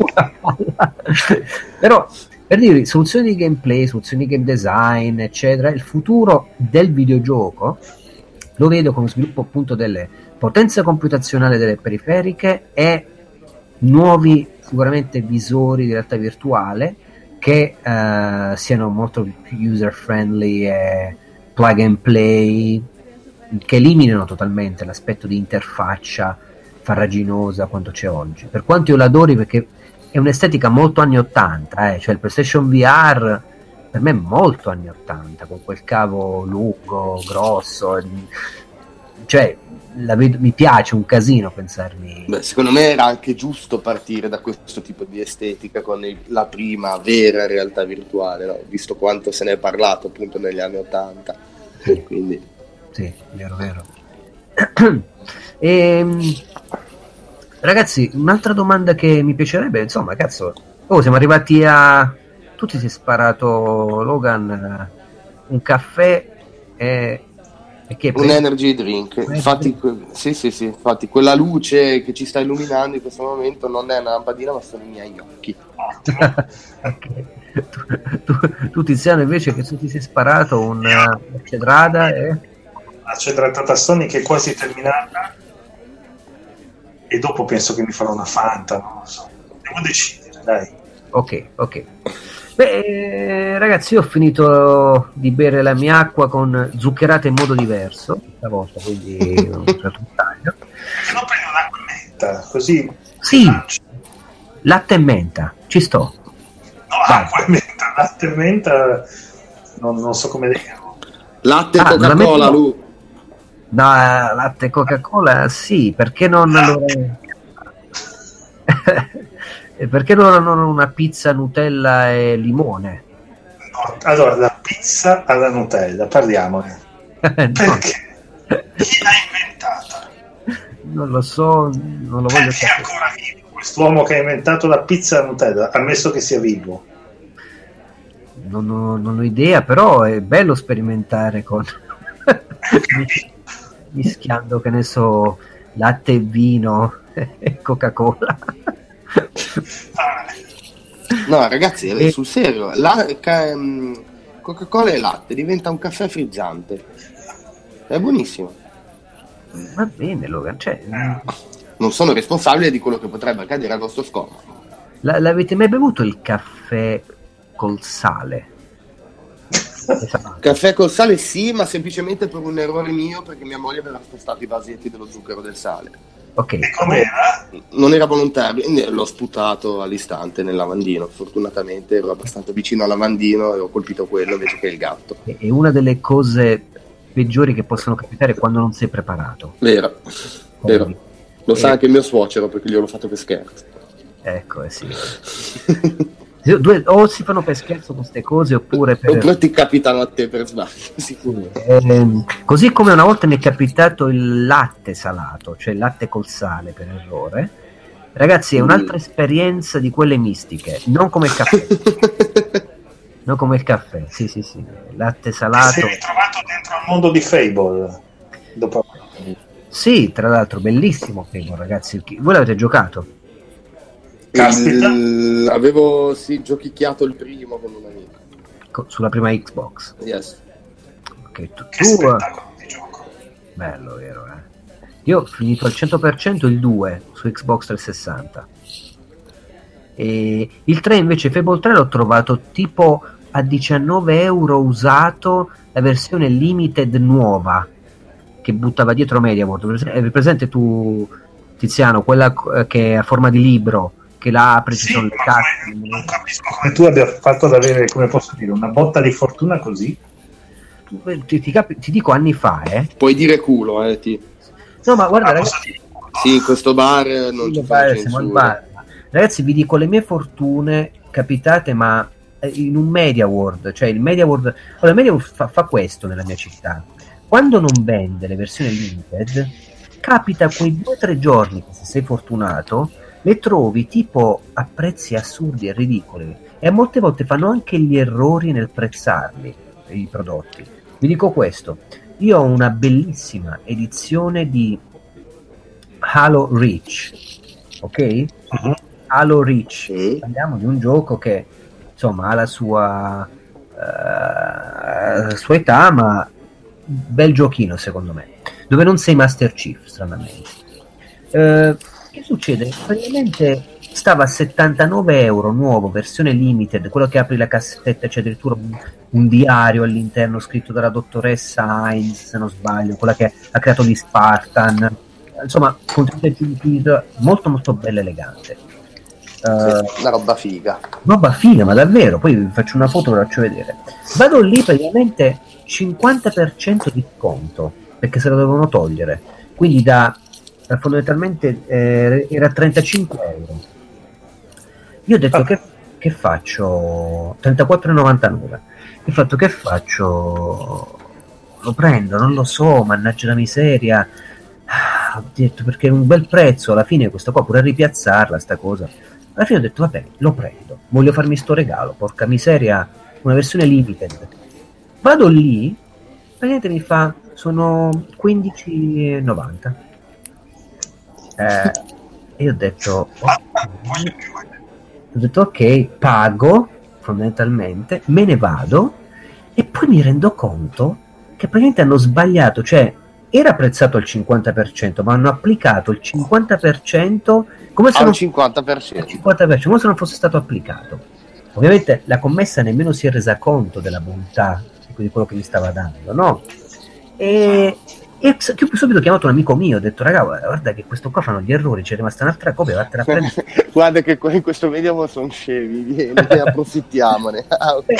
Però per dire, soluzioni di gameplay, soluzioni di game design eccetera, il futuro del videogioco lo vedo con lo sviluppo appunto delle potenze computazionali delle periferiche e nuovi sicuramente visori di realtà virtuale che uh, siano molto più user friendly e plug and play, che eliminino totalmente l'aspetto di interfaccia farraginosa quanto c'è oggi, per quanto io l'adori, perché è un'estetica molto anni ottanta, eh? Cioè il PlayStation V R per me è molto anni ottanta, con quel cavo lungo, grosso, cioè la vedo, mi piace un casino pensarmi. Beh, secondo me era anche giusto partire da questo tipo di estetica con il, la prima vera realtà virtuale, no? Visto quanto se ne è parlato appunto negli anni ottanta. Sì. Quindi sì, vero vero. E, ragazzi, un'altra domanda che mi piacerebbe, insomma, cazzo, oh, siamo arrivati a... Tu ti sei sparato, Logan, un caffè e... e che un energy drink. Un infatti, energy drink. Sì, sì, sì, infatti quella luce che ci sta illuminando in questo momento non è una lampadina, ma sono i miei occhi. Okay. Tu, tu, tu Tiziano invece, che tu ti sei sparato una cedrata e... una cedratata Sony che è quasi terminata, e dopo penso che mi farò una Fanta, non lo so, devo decidere, dai. Ok, ok. Beh, ragazzi, io ho finito di bere la mia acqua con zuccherata in modo diverso stavolta, quindi non ho usato un taglio. Se no prendi un'acqua menta, così. Sì, latte e menta, ci sto. No, acqua e menta, latte e menta, non, non so come dire. Latte e Ah, Coca-Cola, Lu. No, latte e Coca-Cola, sì, perché non allora... perché non, non una pizza Nutella e limone? No, allora, la pizza alla Nutella, parliamone. No. Perché? Chi l'ha inventata? Non lo so, non lo voglio Perché è sapere. ancora vivo quest'uomo che ha inventato la pizza alla Nutella, ammesso che sia vivo? Non ho, non ho idea, però è bello sperimentare con mischiando, che ne so, latte e vino e Coca-Cola. No, ragazzi, E- sul serio, la, ca- Coca-Cola e latte diventa un caffè frizzante. È buonissimo. Va bene, Logan, cioè, Non sono responsabile di quello che potrebbe accadere al vostro stomaco. la- l'avete mai bevuto il caffè col sale? Esatto. Caffè col sale sì, ma semplicemente per un errore mio, perché mia moglie aveva spostato i vasetti dello zucchero del sale. Ok, E com'era? Non era volontario, ne- l'ho sputato all'istante nel lavandino. Fortunatamente ero abbastanza vicino al lavandino e ho colpito quello invece che il gatto. è è una delle cose peggiori che possono capitare quando non sei preparato. Vero, vero. Lo sa Eh. anche il mio suocero perché gliel'ho fatto per scherzo. Ecco, eh sì. Due, o si fanno per scherzo queste cose oppure per... Oppure ti capitano a te per sbaglio, sicuro. Ehm, così come una volta mi è capitato il latte salato, cioè il latte col sale per errore. Ragazzi, è un'altra esperienza di quelle mistiche, non come il caffè. Non come il caffè, sì, sì, sì. Latte Ti salato. sei ritrovato dentro al mondo di Fable dopo... Sì, tra l'altro, bellissimo Fable, ragazzi. Chi- Voi l'avete giocato? Caspita. Il- avevo sì, giochicchiato il primo con un amico. Co- Sulla prima Xbox. Yes. Ok, tu, Che tu, eh, spettacolo di gioco. bello, vero, eh? Io ho finito al cento per cento il due su Xbox trecentosessanta. E il tre invece, Fable tre, l'ho trovato tipo a diciannove euro usato, la versione limited nuova che buttava dietro MediaWorld. È presente tu, Tiziano, quella eh, che è a forma di libro, che la apri, ci Sì, sono le ma carte. come- non capisco come tu abbia fatto ad avere, come posso dire, una botta di fortuna così. Ti, ti capi- ti dico anni fa, eh. Puoi dire culo, eh, ti. No, ma guarda, Ah, ragazzi, posso dire? Sì, in questo bar non Io ci bar, sono siamo al censure. bar. Ragazzi, vi dico le mie fortune capitate, ma eh, in un MediaWorld, cioè il MediaWorld, allora, il MediaWorld fa, fa questo nella mia città. Quando non vende le versioni limited, capita quei due o tre giorni che, se sei fortunato, le trovi tipo a prezzi assurdi e ridicoli, e molte volte fanno anche gli errori nel prezzarli i prodotti. Vi dico questo: io ho una bellissima edizione di Halo Reach, ok? Mhm. Halo Reach, Mm. parliamo di un gioco che insomma ha la sua, eh, sua età, ma bel giochino secondo me, dove non sei Master Chief, stranamente. Eh, che succede? Praticamente stava a settantanove euro nuovo, versione limited, quello che apri la cassetta, c'è addirittura un, un diario all'interno scritto dalla dottoressa Heinz, se non sbaglio, quella che ha creato gli Spartan, insomma contenuti aggiuntivi, molto molto bello, elegante. Eh, Sì, una roba figa. roba figa, ma davvero, poi vi faccio una foto, ve la faccio vedere. Vado lì, praticamente cinquanta per cento di sconto, perché se lo dovevano togliere, quindi da eh, fondamentalmente eh, era trentacinque euro. Io ho detto, Ah. che, che faccio? trentaquattro e novantanove. Ho fatto, che faccio? Lo prendo, non lo so, mannaggia la miseria. Ah, ho detto, perché è un bel prezzo alla fine, questo qua, pure a ripiazzarla sta cosa. Alla fine ho detto, vabbè, lo prendo, voglio farmi sto regalo, porca miseria, una versione limited. Vado lì, praticamente mi fa, sono quindici e novanta. Eh, e io ho detto, Ah, ok. voglio più. Ho detto ok, pago fondamentalmente, me ne vado, e poi mi rendo conto che praticamente hanno sbagliato, cioè era prezzato al cinquanta per cento, ma hanno applicato il cinquanta per cento come se Al non cinquanta per al cento. cinquanta per cento, come se non fosse stato applicato. Ovviamente la commessa nemmeno si è resa conto della bontà di quello che mi stava dando, no? E E subito ho chiamato un amico mio, ho detto raga guarda che questo qua fanno gli errori, c'è rimasta un'altra copia, vattene a prendere. Guarda che in questo video sono scemi, vieni, approfittiamone. Ah, okay.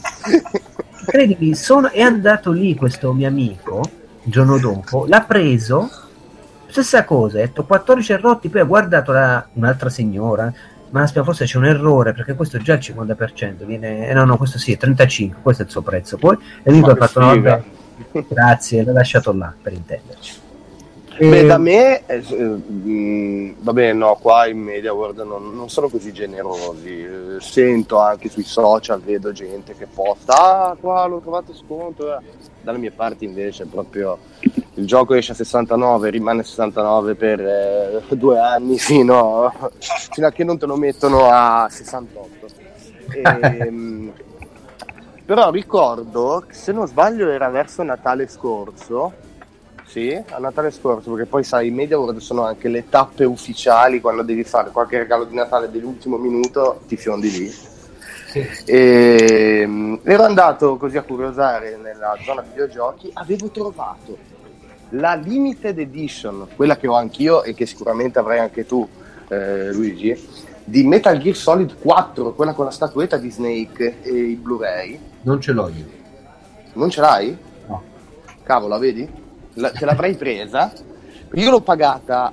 Credimi, sono, è andato lì questo mio amico il giorno dopo, l'ha preso, stessa cosa, ha detto quattordici errori, poi ha guardato la, un'altra signora, ma aspetta, forse c'è un errore perché questo è già il cinquanta per cento, viene, eh, no no questo sì è trentacinque, questo è il suo prezzo, poi e lui ha fatto no, vabbè, grazie, l'ho lasciato là per intenderci. Beh, da me eh, mh, vabbè no, qua in MediaWorld non, non sono così generosi, eh, sento anche sui social, vedo gente che posta ah qua l'ho trovato sconto, eh. Dalle mie parti invece proprio il gioco esce a sessantanove, rimane a sessantanove per eh, due anni fino, fino a che non te lo mettono a sessantotto. E, mh, però ricordo, se non sbaglio era verso Natale scorso, sì, a Natale scorso, perché poi sai, i MediaWorld sono anche le tappe ufficiali, quando devi fare qualche regalo di Natale dell'ultimo minuto, ti fiondi lì. Sì. E, mh, ero andato così a curiosare nella zona videogiochi, avevo trovato la Limited Edition, quella che ho anch'io e che sicuramente avrai anche tu, eh, Luigi, di Metal Gear Solid quattro, quella con la statuetta di Snake e il Blu-ray. Non ce l'ho io. Non ce l'hai? No. Cavolo, la vedi? La, te l'avrei presa, io l'ho pagata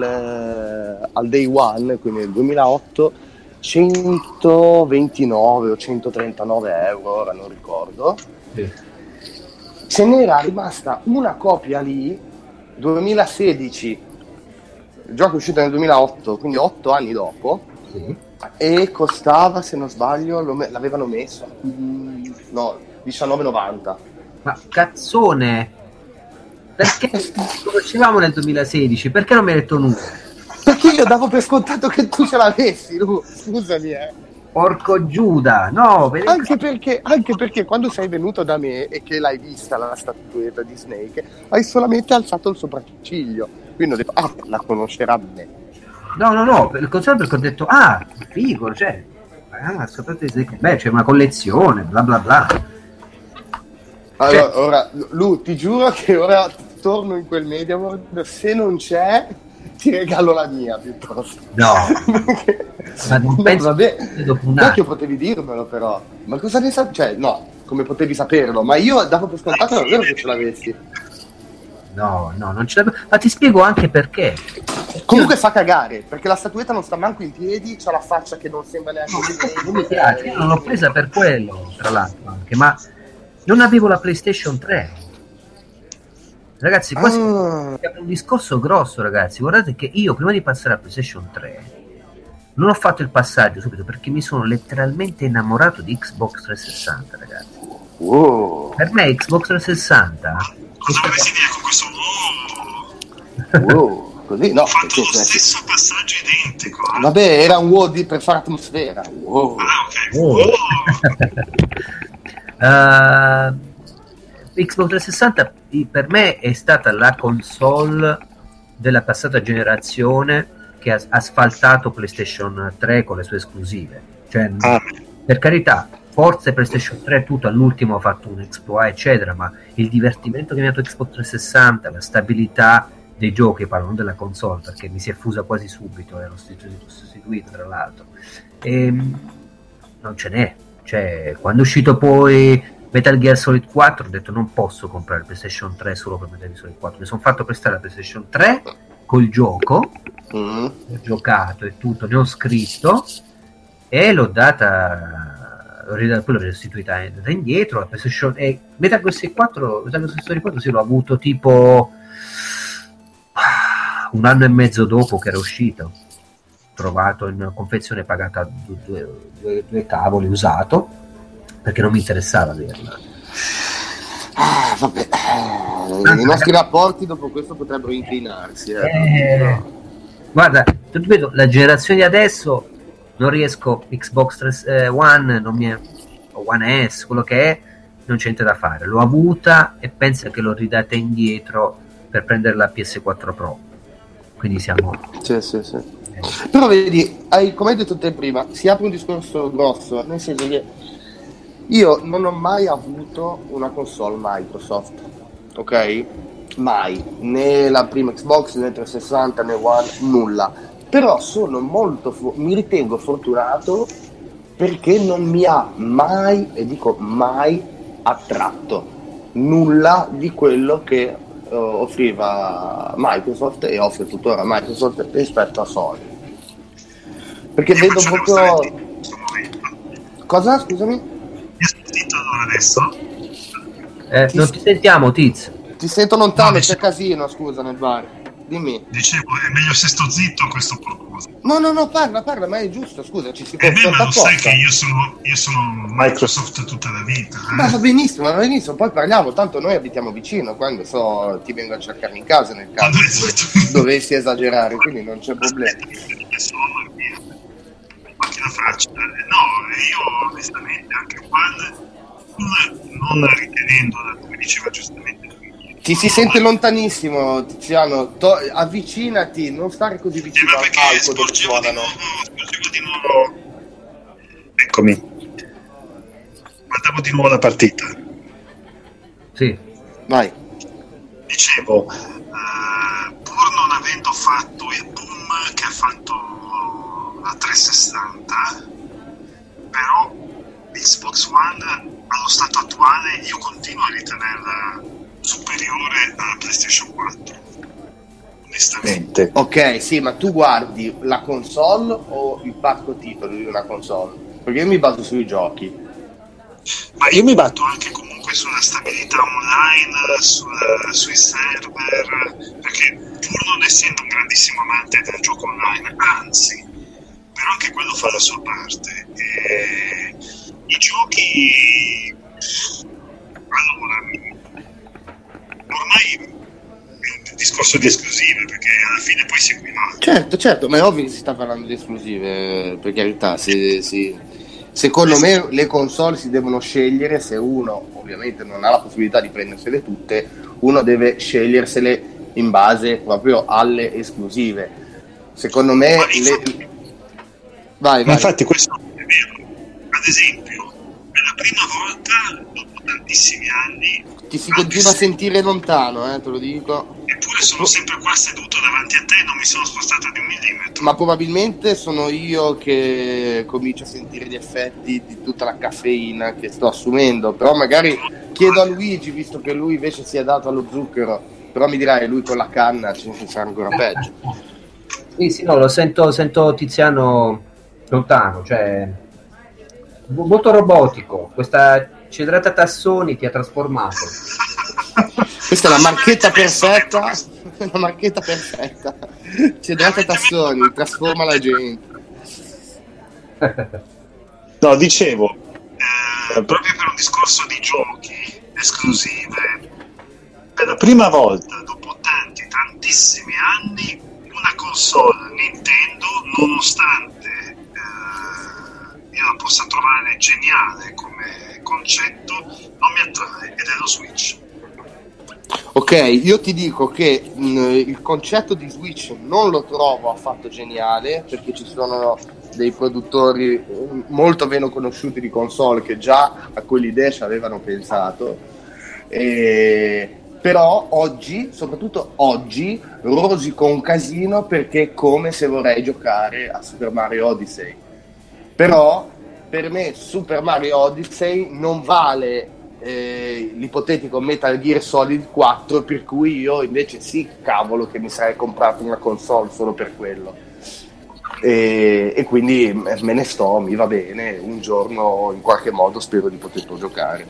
al, al day one, quindi nel duemilaotto, centoventinove o centotrentanove euro, ora non ricordo. Sì. Ce n'era rimasta una copia lì, duemilasedici, il gioco è uscito nel duemilaotto, quindi otto anni dopo. Sì. E costava, se non sbaglio, lo, l'avevano messo no, diciannove e novanta. Ma cazzone, perché conoscevamo nel duemilasedici, perché non mi hai detto nulla? Perché io davo per scontato che tu ce l'avessi, Lu. Scusami, eh. Porco Giuda, no, anche perché, anche perché quando sei venuto da me e che l'hai vista la statuetta di Snake, hai solamente alzato il sopracciglio, quindi ho detto ah, la conoscerà bene. No no no, per il consiglio, perché ho detto ah, figo, cioè ah, soprattutto beh, c'è una collezione, bla bla bla. Allora, cioè, ora Lu, ti giuro che ora torno in quel MediaWorld, se non c'è ti regalo la mia piuttosto. No, ma non no, penso vabbè, dopo un anno. Che potevi dirmelo però, ma cosa ne sai? Cioè no, come potevi saperlo, ma io davo per scontato davvero che ce l'avessi. No, no, non ce l'avevo, ma ti spiego anche perché. Comunque fa cagare, perché la statuetta non sta manco in piedi, c'ha la faccia che non sembra neanche no, non mi piace, io non l'ho presa per quello, tra l'altro anche, ma non avevo la PlayStation tre. Ragazzi, qua ah. è un discorso grosso, ragazzi. Guardate che io prima di passare a PlayStation tre non ho fatto il passaggio subito perché mi sono letteralmente innamorato di Xbox trecentosessanta, ragazzi. Wow. Per me Xbox trecentosessanta cosa volessi dire con questo wow, così no, ho fatto lo stesso passaggio identico. Vabbè, era un wow di, per fare atmosfera. Wow. Ah, ok. Wow. uh, Xbox trecentosessanta per me è stata la console della passata generazione che ha asfaltato PlayStation tre con le sue esclusive. Cioè, ah. per carità, forse PlayStation tre tutto all'ultimo ha fatto un exploit eccetera, ma il divertimento che mi ha dato Xbox trecentosessanta, la stabilità dei giochi, parlo non della console perché mi si è fusa quasi subito, ero sostituito tra l'altro, e non ce n'è. Cioè, quando è uscito poi Metal Gear Solid quattro ho detto non posso comprare PlayStation tre solo per Metal Gear Solid quattro, mi sono fatto prestare la PlayStation tre col gioco, mm. ho giocato e tutto, ne ho scritto e l'ho data, l'ho ridata, poi l'ho restituita indietro la PlayStation, e Metal Gear Solid quattro, Metal Gear Solid quattro sì, l'ho avuto tipo un anno e mezzo dopo che era uscito, trovato in confezione, pagata due, due, due cavoli, usato, perché non mi interessava averla. Ah, vabbè, eh, i nostri rapporti dopo questo potrebbero inclinarsi. Eh. Eh, guarda, ti vedo, la generazione di adesso non riesco, Xbox tre, eh, One, non mi è, o One S, quello che è, non c'è niente da fare. L'ho avuta e pensa che l'ho ridata indietro per prendere la P S quattro Pro. Quindi siamo... Sì, sì, sì. Eh. Però vedi, hai, come hai detto te prima, si apre un discorso grosso, nel senso che io non ho mai avuto una console Microsoft, ok? mai, né la prima Xbox, né trecentosessanta, né One, nulla. Però sono molto, mi ritengo fortunato perché non mi ha mai, e dico mai, attratto nulla di quello che uh, offriva Microsoft e offre tuttora Microsoft rispetto a Sony. Perché Io vedo proprio... Cosa? Scusami? Mi sentito adesso? Eh, Ti non s- ti sentiamo, Tiz. Ti sento lontano, No, c'è dicevo- casino, scusa, nel bar. Dimmi. Dicevo, è meglio se sto zitto a questo punto. No, no, no, parla, parla, ma è giusto, scusa, ci si E beh, confronta ma lo sai apposta. che io sono, io sono Microsoft tutta la vita. Eh? Ma va benissimo, va benissimo, poi parliamo, tanto noi abitiamo vicino, quando so ti vengo a cercare in casa nel caso Quando esatto. dovessi esagerare, quindi non c'è problema. Sono via. Macchina faccia. No, io onestamente anche One, non ritenendo, come diceva giustamente lui, Ti si sente lontanissimo, Tiziano, to- avvicinati, non stare così eh, vicino ma al perché palco dove sporgevo di suonano. nuovo, sporgevo di nuovo. Eccomi. Guardavo di nuovo la partita. Sì. Vai. Dicevo, eh, pur non avendo fatto il boom che ha fatto la trecentosessanta, però Xbox One allo stato attuale io continuo a ritenerla superiore alla PlayStation quattro, onestamente. Ok, sì, ma tu guardi la console o il parco titoli di una console? Perché io mi baso sui giochi. Ma io mi batto anche comunque sulla stabilità online, sul, sui server, perché pur non essendo un grandissimo amante del gioco online, anzi, però anche quello fa la sua parte. E i giochi, allora, ormai è un discorso di esclusive, perché alla fine poi seguirà. Certo, certo, ma è ovvio che si sta parlando di esclusive, per carità, sì, sì. Secondo me le console si devono scegliere, se uno ovviamente non ha la possibilità di prendersele tutte, uno deve scegliersele in base proprio alle esclusive. Secondo me Ma le... infatti, Vai, ma vai. infatti questo è vero. Ad esempio, per la prima volta dopo tantissimi anni Ti si continua a sentire lontano, eh, te lo dico. eppure sono sempre qua seduto davanti a te e non mi sono spostato di un millimetro. Ma probabilmente sono io che comincio a sentire gli effetti di tutta la caffeina che sto assumendo, però magari chiedo a Luigi, visto che lui invece si è dato allo zucchero, però mi dirai lui con la canna ci sarà ancora peggio. Sì, sì, no, lo sento, sento Tiziano lontano, cioè molto robotico. Questa cedrata Tassoni ti ha trasformato. Questa è la marchetta perfetta, la marchetta perfetta. Cedrata Tassoni, trasforma la gente. No, dicevo, eh, proprio per un discorso di giochi esclusive, per la prima volta dopo tanti, tantissimi anni, una console Nintendo, nonostante eh, io la possa trovare geniale come concetto, non mi attrae, ed è lo Switch. Ok, io ti dico che mh, il concetto di Switch non lo trovo affatto geniale, perché ci sono dei produttori eh, molto meno conosciuti di console che già a quell'idea ci avevano pensato, e... però oggi, soprattutto oggi, rosico un casino perché è come se vorrei giocare a Super Mario Odyssey. Però per me Super Mario Odyssey non vale eh, l'ipotetico Metal Gear Solid quattro, per cui io invece sì, cavolo, che mi sarei comprato una console solo per quello. E, e quindi me ne sto, mi va bene, un giorno in qualche modo spero di poterlo giocare.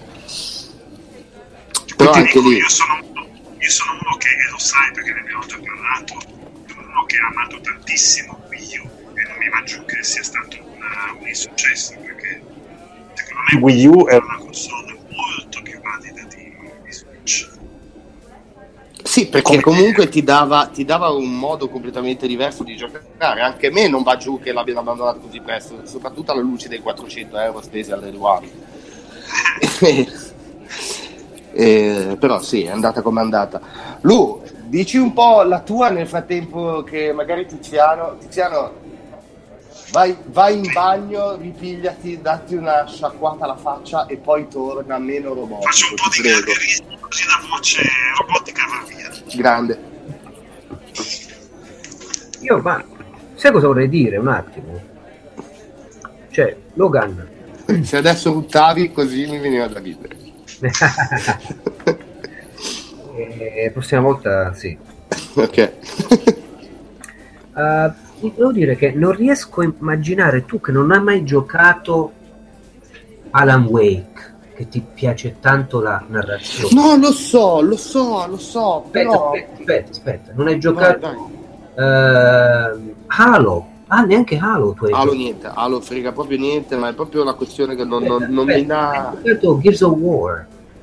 Però Ti anche dico, lì io sono, io sono uno che, e lo sai perché ne abbiamo già parlato, sono uno che ha amato tantissimo Wii U e non mi mangio che sia stato una, un insuccesso, perché secondo me Wii U è una console molto più valida di, di Switch. sì, perché comunque ti dava, ti dava un modo completamente diverso di giocare. Anche a me non va giù che l'abbiano abbandonato così presto, soprattutto alla luce dei quattrocento euro spesi al Day One. Eh, però sì, è andata come è andata. Lu, dici un po' la tua nel frattempo che magari Tiziano, Tiziano vai, vai in bagno, ripigliati, datti una sciacquata alla faccia e poi torna meno robotico. Faccio un po' ti di prego. gaggerismo. così la voce robotica va via. Grande. Io, ma sai cosa vorrei dire un attimo? Cioè, Logan, Se adesso ruttavi così mi veniva da ridere. eh, prossima volta sì. Ok. Uh, devo dire che non riesco a immaginare, tu che non hai mai giocato Alan Wake, che ti piace tanto la narrazione. No, lo so, lo so, lo so, Aspetta, però... aspetta, aspetta, aspetta, non hai giocato Vai, vai. uh, Halo? Ah, neanche Halo tu hai Halo giocato. niente, Halo frega proprio niente, ma è proprio una questione che non, non, non Aspetta, mi dà... hai giocato Gears of War?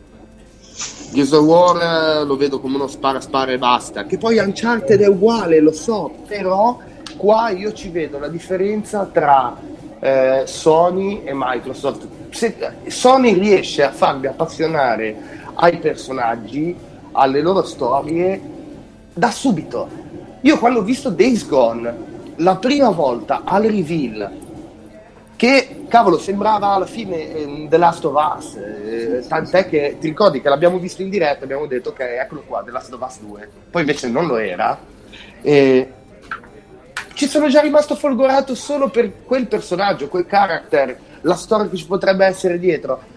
Gears of War eh, lo vedo come uno spara spara e basta, che poi Uncharted è uguale, lo so, però qua io ci vedo la differenza tra eh, Sony e Microsoft. Se Sony riesce a farvi appassionare ai personaggi, alle loro storie da subito. Io quando ho visto Days Gone la prima volta al reveal, che cavolo sembrava alla fine eh, The Last of Us, eh, tant'è che ti ricordi che l'abbiamo visto in diretta, abbiamo detto ok, eccolo qua, The Last of Us due, poi invece non lo era, e ci sono già rimasto folgorato solo per quel personaggio, quel character, la storia che ci potrebbe essere dietro.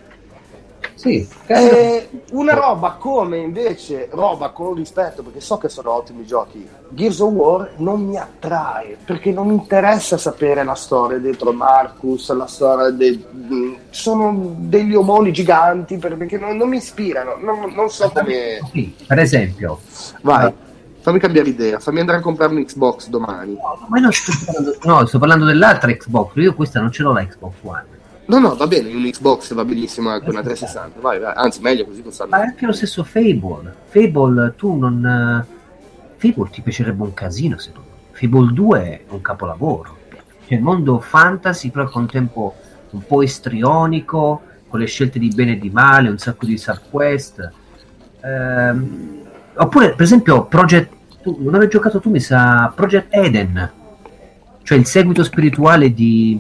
Sì, Eh, una roba come invece, roba con rispetto, perché so che sono ottimi giochi, Gears of War non mi attrae, perché non mi interessa sapere la storia dietro Marcus, la storia dei... sono degli omoni giganti, perché non, non mi ispirano, non, non so come... Sì, per esempio, Vai, fammi cambiare idea, fammi andare a comprare un Xbox domani. no, ma io non sto parlando, no, sto parlando dell'altra Xbox, io questa non ce l'ho la Xbox One. No, no, va bene, un Xbox va benissimo anche una trecentosessanta, vai, vai, anzi meglio così con Ma anche lo stesso Fable. Fable, tu non... Fable ti piacerebbe un casino, secondo me. Fable due è un capolavoro. Cioè, il mondo fantasy, però al contempo un po' istrionico, con le scelte di bene e di male, un sacco di subquest. Ehm, oppure, per esempio, Project... Tu, non avevi giocato tu, mi sa, Project Eden. Cioè il seguito spirituale di...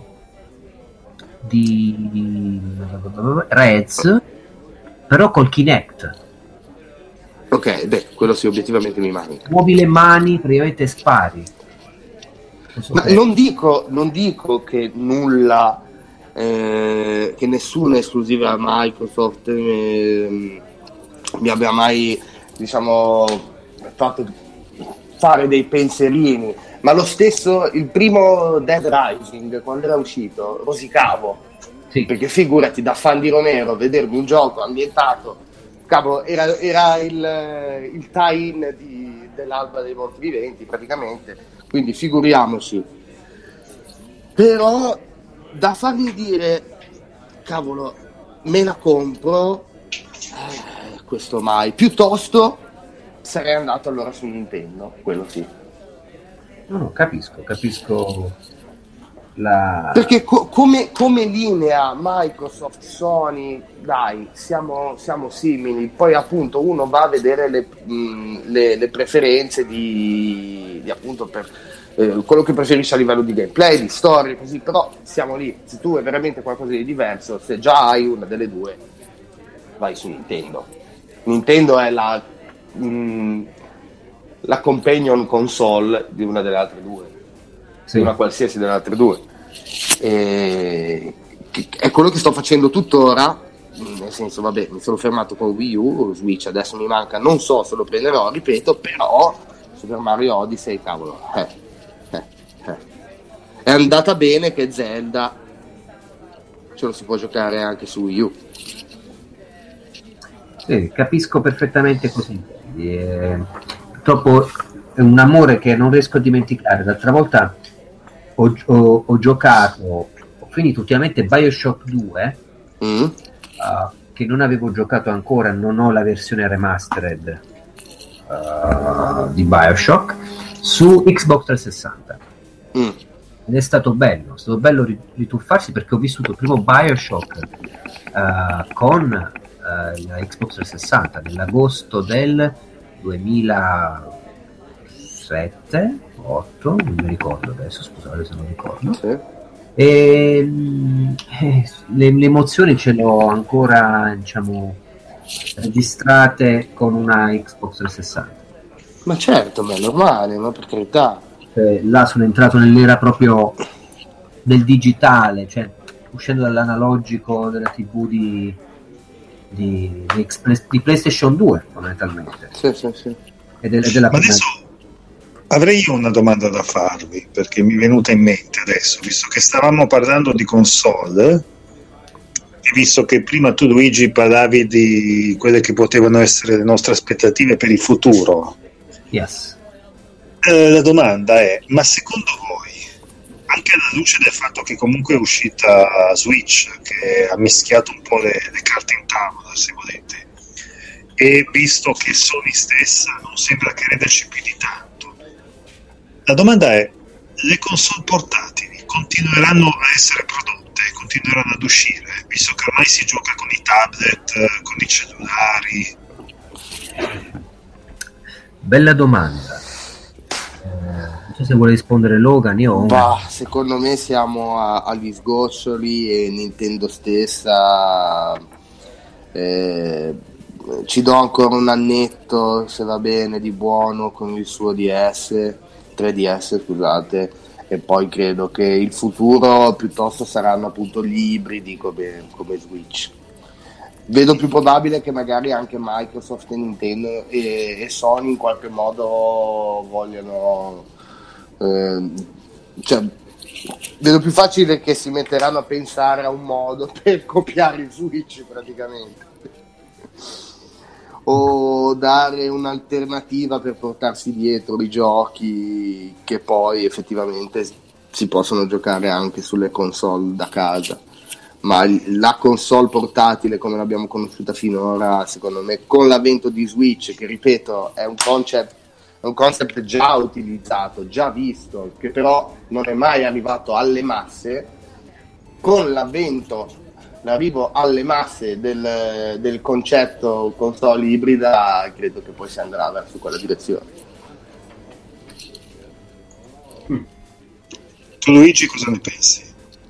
di Reds, però col Kinect. Ok, beh, quello sì, obiettivamente mi manca. Muovi le mani, praticamente spari. Non so Ma se- non dico, non dico che nulla, eh, che nessuna esclusiva Microsoft eh, mi abbia mai, diciamo, fatto fare dei pensierini, ma lo stesso, il primo Dead Rising, quando era uscito, rosicavo, Sì. perché figurati, da fan di Romero, vedermi un gioco ambientato, cavolo, era, era il, il tie-in di, dell'Alba dei Morti Viventi, praticamente, quindi figuriamoci. Però, da farmi dire, cavolo, me la compro, eh, questo mai, piuttosto sarei andato allora su Nintendo, quello sì. No, no, capisco, capisco la... Perché co- come, come linea Microsoft, Sony, dai, siamo, siamo simili. Poi appunto uno va a vedere le, mh, le, le preferenze di, di appunto per eh, quello che preferisce a livello di gameplay, di storia, così. Però siamo lì. Se tu hai veramente qualcosa di diverso, se già hai una delle due, vai su Nintendo. Nintendo è la, mh, la companion console di una delle altre due. Sì. Una qualsiasi delle altre due, e è quello che sto facendo tuttora, nel senso, vabbè, mi sono fermato con Wii U, Switch adesso mi manca, non so se lo prenderò, ripeto, però Super Mario Odyssey, cavolo, eh, eh, eh. È andata bene che Zelda ce lo si può giocare anche su Wii U. Sì, capisco perfettamente così. Eh, purtroppo è un amore che non riesco a dimenticare. L'altra volta ho, ho, ho giocato, ho finito ultimamente Bioshock due, Mm? uh, che non avevo giocato ancora, non ho la versione remastered uh, di Bioshock, su Xbox trecentosessanta. Mm. Ed è stato bello, è stato bello rituffarsi, perché ho vissuto il primo Bioshock uh, con uh, la Xbox trecentosessanta nell'agosto del duemilasette otto, non mi ricordo adesso, scusate se non ricordo. Sì. E eh, le, le emozioni ce l'ho ancora, diciamo, registrate con una Xbox trecentosessanta. Ma certo, ma è normale, ma per carità. Eh, là sono entrato nell'era proprio del digitale, cioè uscendo dall'analogico della tivù di, di, di, di PlayStation due fondamentalmente. Sì, sì, sì. E de- e della Ma adesso avrei io una domanda da farvi, perché mi è venuta in mente adesso, visto che stavamo parlando di console e visto che prima tu, Luigi, parlavi di quelle che potevano essere le nostre aspettative per il futuro. Yes. Eh, la domanda è, ma secondo voi, anche alla luce del fatto che comunque è uscita Switch, che ha mischiato un po' le, le carte in tavola, se volete, e visto che Sony stessa non sembra crederci più di tanto, la domanda è, le console portatili continueranno a essere prodotte, continueranno ad uscire, visto che ormai si gioca con i tablet, con i cellulari? Bella domanda. Non so se vuole rispondere Logan. Io bah, secondo me siamo a, agli sgoccioli e Nintendo stessa eh, ci do ancora un annetto, se va bene, di buono con il suo D S, tre D S scusate, e poi credo che il futuro piuttosto saranno appunto gli ibridi come, come Switch. Vedo più probabile che magari anche Microsoft e Nintendo e, e Sony in qualche modo vogliano eh, cioè, vedo più facile che si metteranno a pensare a un modo per copiare il Switch praticamente, o dare un'alternativa per portarsi dietro i giochi che poi effettivamente si possono giocare anche sulle console da casa. Ma la console portatile come l'abbiamo conosciuta finora, secondo me, con l'avvento di Switch, che ripeto è un concept, è un concept già utilizzato, già visto, che però non è mai arrivato alle masse, con l'avvento, l'arrivo alle masse del, del concetto console ibrida, credo che poi si andrà verso quella direzione. Tu, Luigi, cosa ne pensi?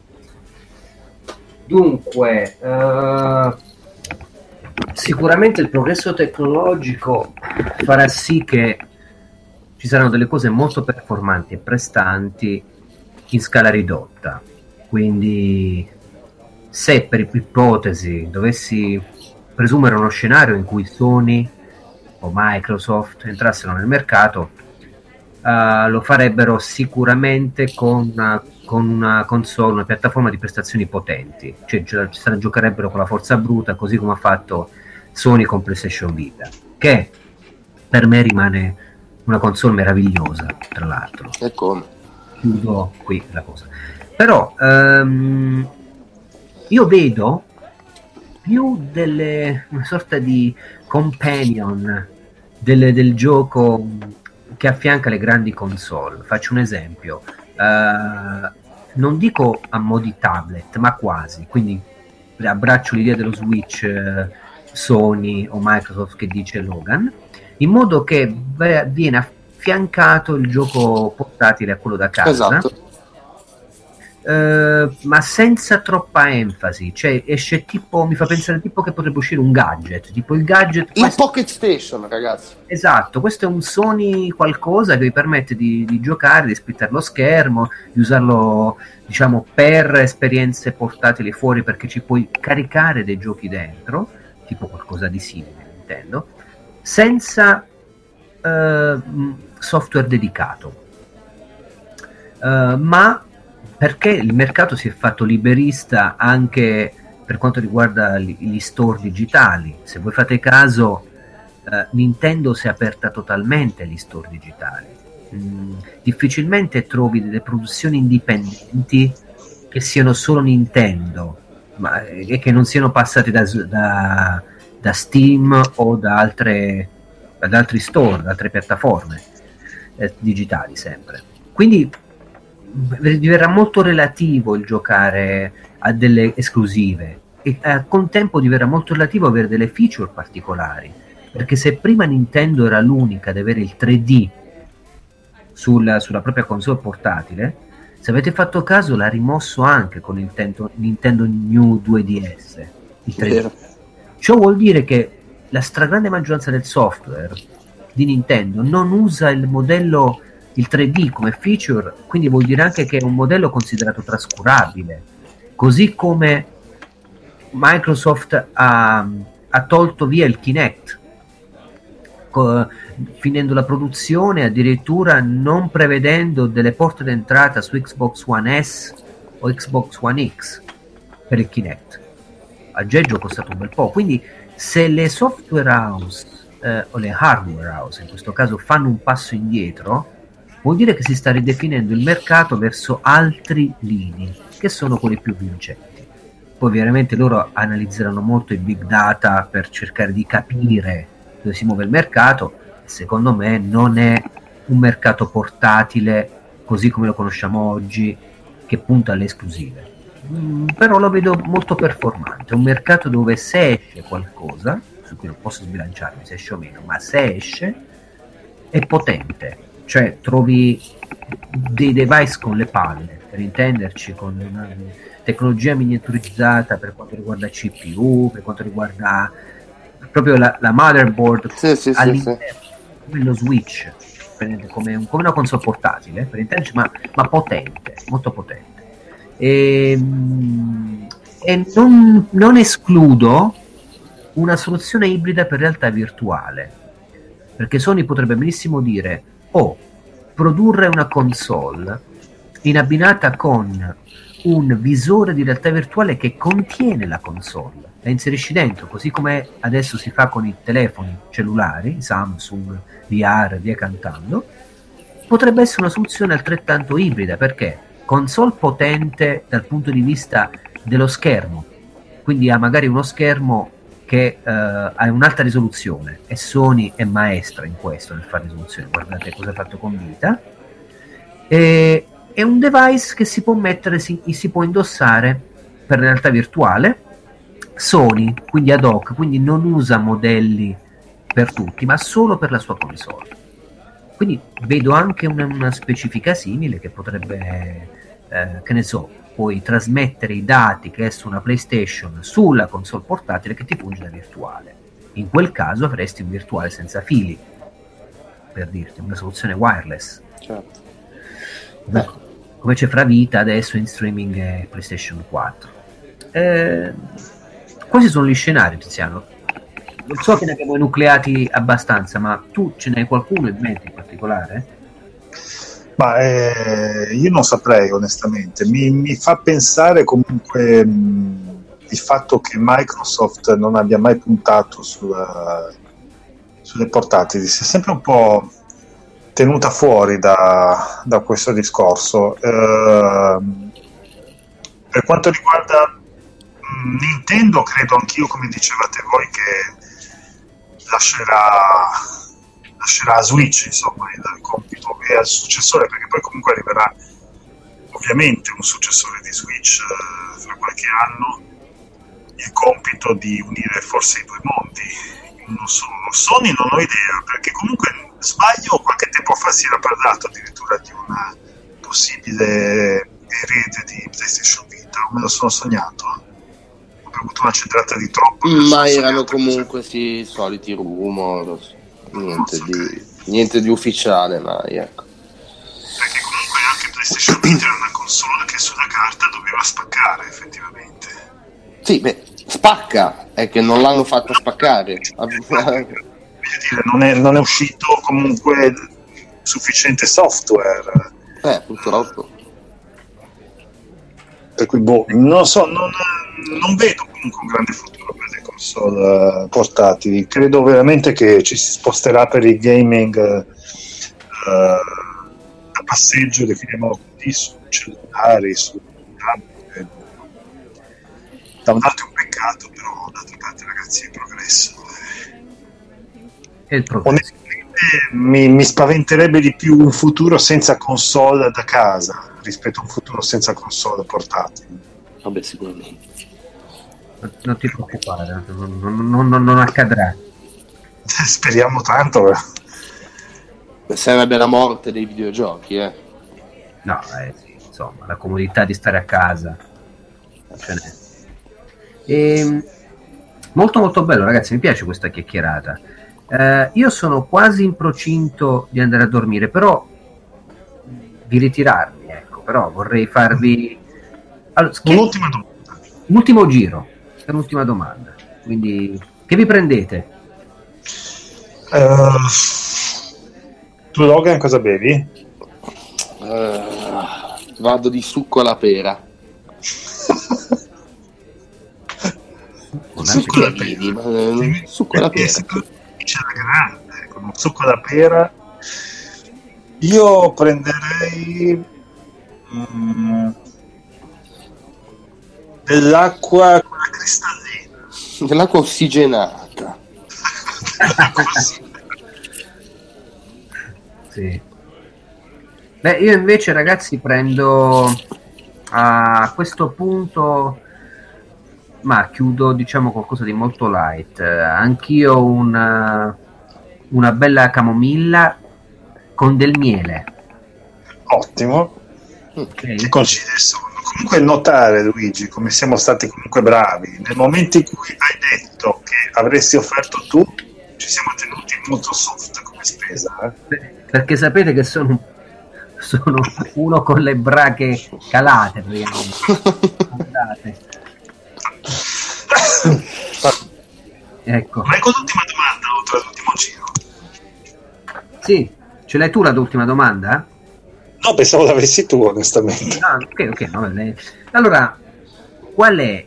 Dunque, uh, sicuramente il progresso tecnologico farà sì che ci saranno delle cose molto performanti e prestanti in scala ridotta. Quindi, se per ipotesi dovessi presumere uno scenario in cui Sony o Microsoft entrassero nel mercato, uh, lo farebbero sicuramente con una con una console, una piattaforma di prestazioni potenti, cioè se la giocherebbero con la forza bruta, così come ha fatto Sony con PlayStation Vita, che per me rimane una console meravigliosa, tra l'altro. E come? Chiudo qui la cosa. Però um, io vedo più delle una sorta di companion delle, del gioco che affianca le grandi console. Faccio un esempio. Uh, non dico a mo' di tablet, ma quasi, quindi abbraccio l'idea dello Switch uh, Sony o Microsoft che dice Logan, in modo che v- viene affiancato il gioco portatile a quello da casa. Esatto. Uh, ma senza troppa enfasi, cioè esce tipo, mi fa pensare tipo che potrebbe uscire un gadget, tipo il gadget la questo... Pocket Station, ragazzi. Esatto, questo è un Sony qualcosa che vi permette di, di giocare, di splittare lo schermo, di usarlo diciamo per esperienze portatili fuori, perché ci puoi caricare dei giochi dentro, tipo qualcosa di simile Nintendo, senza uh, software dedicato, uh, ma perché il mercato si è fatto liberista anche per quanto riguarda gli store digitali. Se voi fate caso, uh, Nintendo si è aperta totalmente agli store digitali. Mm, difficilmente trovi delle produzioni indipendenti che siano solo Nintendo, ma, e che non siano passate da, da, da Steam o da altre da altri store, da altre piattaforme eh, digitali sempre. Quindi diverrà molto relativo il giocare a delle esclusive e al contempo diverrà molto relativo avere delle feature particolari, perché se prima Nintendo era l'unica ad avere il tre D sulla, sulla propria console portatile, se avete fatto caso l'ha rimosso anche con il Nintendo, Nintendo New due D S, il tre D. Ciò vuol dire che la stragrande maggioranza del software di Nintendo non usa il modello, il tre D come feature, quindi vuol dire anche che è un modello considerato trascurabile, così come Microsoft ha, ha tolto via il Kinect, co- finendo la produzione, addirittura non prevedendo delle porte d'entrata su Xbox One S o Xbox One X per il Kinect. Aggeggio è costato un bel po', quindi se le software house eh, o le hardware house in questo caso fanno un passo indietro, vuol dire che si sta ridefinendo il mercato verso altri lini che sono quelli più vincenti. Poi ovviamente loro analizzeranno molto il big data per cercare di capire dove si muove il mercato. Secondo me non è un mercato portatile così come lo conosciamo oggi, che punta alle esclusive. Mm, però lo vedo molto performante, è un mercato dove se esce qualcosa, su cui non posso sbilanciarmi se esce o meno, ma se esce è potente, cioè trovi dei device con le palle, per intenderci, con una tecnologia miniaturizzata per quanto riguarda C P U, per quanto riguarda proprio la, la motherboard, sì, sì, all'interno, sì, sì. come lo Switch, come, un, come una console portatile, per intenderci, ma, ma potente, molto potente. E, e non, non escludo una soluzione ibrida per realtà virtuale, perché Sony potrebbe benissimo dire oh, produrre una console in abbinata con un visore di realtà virtuale che contiene la console, la inserisci dentro, così come adesso si fa con i telefoni cellulari, Samsung, V R, via cantando. Potrebbe essere una soluzione altrettanto ibrida, perché console potente dal punto di vista dello schermo, quindi ha magari uno schermo che uh, ha un'alta risoluzione, e Sony è maestra in questo, nel fare risoluzione. Guardate cosa ha fatto con Vita. E, è un device che si può mettere, si, si può indossare per realtà virtuale. Sony, quindi ad hoc, quindi non usa modelli per tutti, ma solo per la sua console. Quindi vedo anche una, una specifica simile che potrebbe, eh, che ne so, puoi trasmettere i dati che è su una PlayStation sulla console portatile che ti funge da virtuale. In quel caso avresti un virtuale senza fili, per dirti, una soluzione wireless. Certo. Come, come c'è fra Vita adesso in streaming e PlayStation quattro. Eh, questi sono gli scenari, Tiziano. Non so che ne abbiamo enucleati abbastanza, ma tu ce n'hai qualcuno in mente in particolare? Ma eh, io non saprei onestamente, mi, mi fa pensare comunque mh, il fatto che Microsoft non abbia mai puntato sulla, sulle portatili, si è sempre un po' tenuta fuori da, da questo discorso. Eh, per quanto riguarda mh, Nintendo, credo anch'io, come dicevate voi, che lascerà lascerà a Switch insomma il compito e al successore, perché poi comunque arriverà ovviamente un successore di Switch eh, fra qualche anno, il compito di unire forse i due mondi. Non so, Sony non ho idea, perché comunque sbaglio qualche tempo fa si era parlato addirittura di una possibile erede di PlayStation Vita, o me lo sono sognato? Ho avuto una centrata di troppo, ma erano comunque sì, i soliti rumor, niente di, niente di ufficiale mai, ecco. Perché comunque anche PlayStation Vita era una console che sulla carta doveva spaccare effettivamente. Sì, beh, spacca, è che non l'hanno fatta spaccare. Voglio dire, non è, non è uscito comunque sufficiente software. Eh, purtroppo. Per cui, boh, non so, non, non vedo comunque un grande futuro per le console uh, portatili. Credo veramente che ci si sposterà per il gaming uh, a passeggio, definiamolo così, su cellulari, su tablet. Da un lato è un peccato, però d'altra parte, ragazzi, è progresso. È il progresso. Onestamente mi, mi spaventerebbe di più un futuro senza console da casa rispetto a un futuro senza console portatili. Vabbè, sicuramente. Non, non ti preoccupare, non, non, non, non accadrà. Speriamo tanto. Sarebbe la morte dei videogiochi, eh. No, eh, sì, insomma, la comodità di stare a casa ce n'è. E, Molto molto bello, ragazzi, mi piace questa chiacchierata. Eh, io sono quasi in procinto di andare a dormire, però di ritirarmi, ecco, però vorrei farvi allora, schi- Un'ultima domanda. un ultimo giro, è un'ultima domanda. Quindi, che vi prendete? Uh, tu Logan cosa bevi? Uh, vado di succo alla pera. Succo alla pera. Ma, succo alla pera. C'è la grande, con un succo alla pera. Io prenderei mm, dell'acqua con la cristallina. Dell'acqua ossigenata. Sì. Beh, io invece, ragazzi, prendo a questo punto, ma chiudo, diciamo, qualcosa di molto light. Eh, anch'io una, una bella camomilla con del miele. Ottimo. Okay. Ti concedi il sonno. Comunque notare, Luigi, come siamo stati comunque bravi. Nel momento in cui hai detto che avresti offerto tu, ci siamo tenuti molto soft come spesa. Eh? Perché sapete che sono, sono uno con le brache calate, praticamente. Ecco. Ma è con l'ultima domanda, oltre all'ultimo giro. Sì, ce l'hai tu l'ultima domanda? No, pensavo l'avessi tu, onestamente. Ah, ok, ok. No, beh. Allora, qual è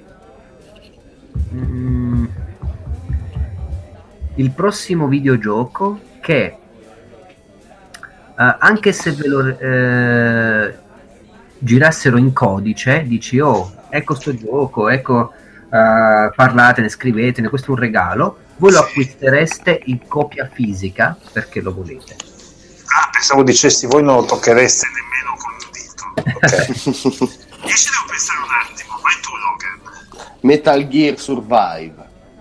mm, il prossimo videogioco che, uh, anche se ve lo eh, girassero in codice, dici, oh, ecco sto gioco, ecco, uh, parlatene, scrivetene, questo è un regalo, voi lo acquistereste in copia fisica perché lo volete? Ah, pensavo dicessi voi non lo tocchereste nemmeno con un dito. Ok. Io ci devo pensare un attimo. Vai tu, Logan. Metal Gear Survive.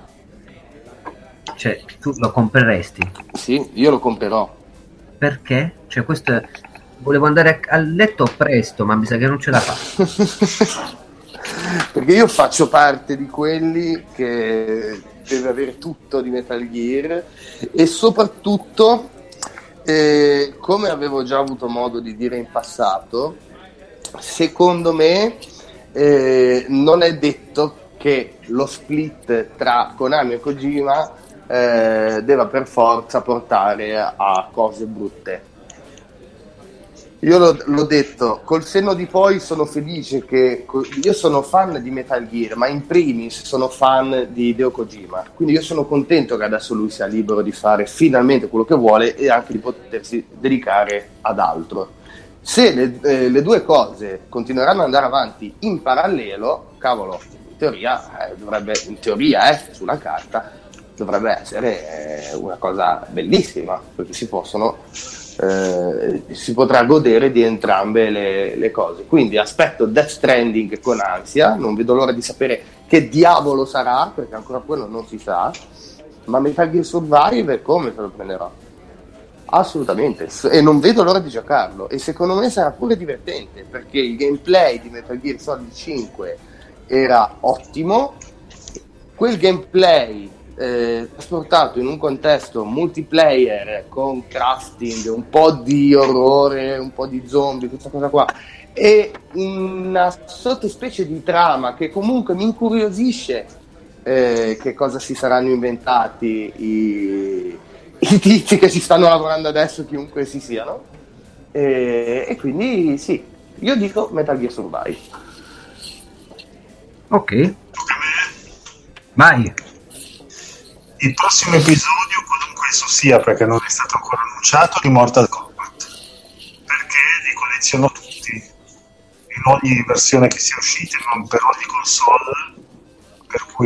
Cioè, tu lo compreresti? Sì, io lo comprerò. Perché? Cioè, questo è... volevo andare a letto presto, ma mi sa che non ce la fa. Perché io faccio parte di quelli che deve avere tutto di Metal Gear e soprattutto, eh, come avevo già avuto modo di dire in passato, secondo me eh, non è detto che lo split tra Konami e Kojima eh, deva per forza portare a cose brutte. Io l'ho, l'ho detto, col senno di poi sono felice che io sono fan di Metal Gear, ma in primis sono fan di Hideo Kojima, quindi io sono contento che adesso lui sia libero di fare finalmente quello che vuole e anche di potersi dedicare ad altro. Se le, eh, le due cose continueranno ad andare avanti in parallelo, cavolo, in teoria eh, dovrebbe, in teoria eh, sulla carta dovrebbe essere eh, una cosa bellissima, perché si possono Eh, si potrà godere di entrambe le, le cose. Quindi aspetto Death Stranding con ansia, non vedo l'ora di sapere che diavolo sarà, perché ancora quello non si sa, ma Metal Gear Survive come se lo prenderò? Assolutamente, e non vedo l'ora di giocarlo, e secondo me sarà pure divertente, perché il gameplay di Metal Gear Solid cinque era ottimo, quel gameplay Eh, trasportato in un contesto multiplayer con crafting, un po' di orrore, un po' di zombie, questa cosa qua, e una sottospecie di trama che comunque mi incuriosisce, eh, che cosa si saranno inventati i, i tizi che ci stanno lavorando adesso, chiunque si siano, e, e quindi sì, io dico Metal Gear Survive. Ok, vai. Il prossimo episodio, qualunque esso sia, perché non è stato ancora annunciato, di Mortal Kombat, perché li colleziono tutti in ogni versione che sia uscita, non per ogni console, per cui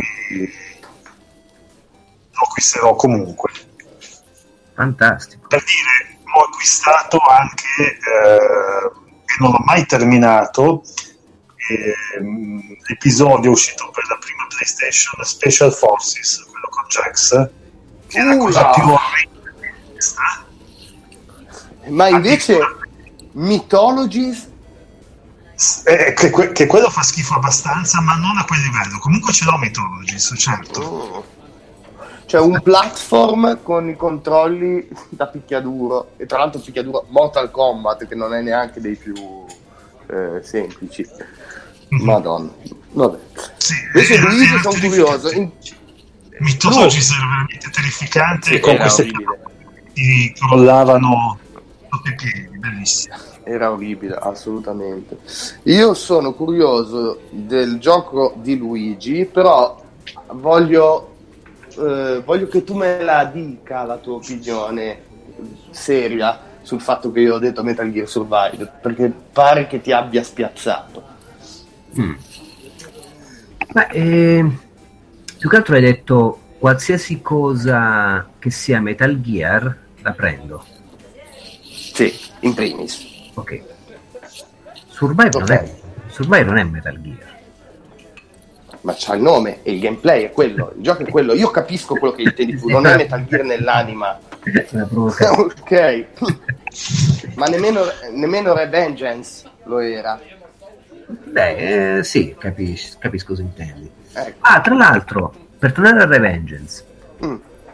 lo acquisterò comunque. Fantastico. Per dire, ho acquistato anche eh, e non l'ho mai terminato eh, l'episodio uscito per la prima PlayStation, Special Forces, quello con Jax, che è la cosa più orribile di questa. Ma invece Mythologies Eh, che, que- che quello fa schifo abbastanza, ma non a quel livello. Comunque ce l'ho Mythologies, certo. Oh. C'è un platform con i controlli da picchiaduro, e tra l'altro picchiaduro Mortal Kombat, che non è neanche dei più eh, semplici. Mm-hmm. Madonna. Vabbè. Sì, invece era, Luigi era sono curioso. In... Mythologies era veramente terrificante, sì, con queste che crollavano sotto i piedi, bellissimo. Era orribile, assolutamente. Io sono curioso del gioco di Luigi, però voglio, eh, voglio che tu me la dica la tua opinione seria sul fatto che io ho detto Metal Gear Survive, perché pare che ti abbia spiazzato. Mm. Ma eh, più che altro hai detto qualsiasi cosa che sia Metal Gear la prendo. Sì, in primis. Ok. Survive, okay. Non è, Survive non è Metal Gear. Ma c'ha il nome e il gameplay è quello, il gioco è quello. Io capisco quello che intendi tu, non è Metal Gear nell'anima. Ok. Ma nemmeno, nemmeno Revengeance lo era. Beh, eh, sì, capisco, capisco cosa intendi. Ecco. Ah, tra l'altro, per tornare a Revengeance, mm.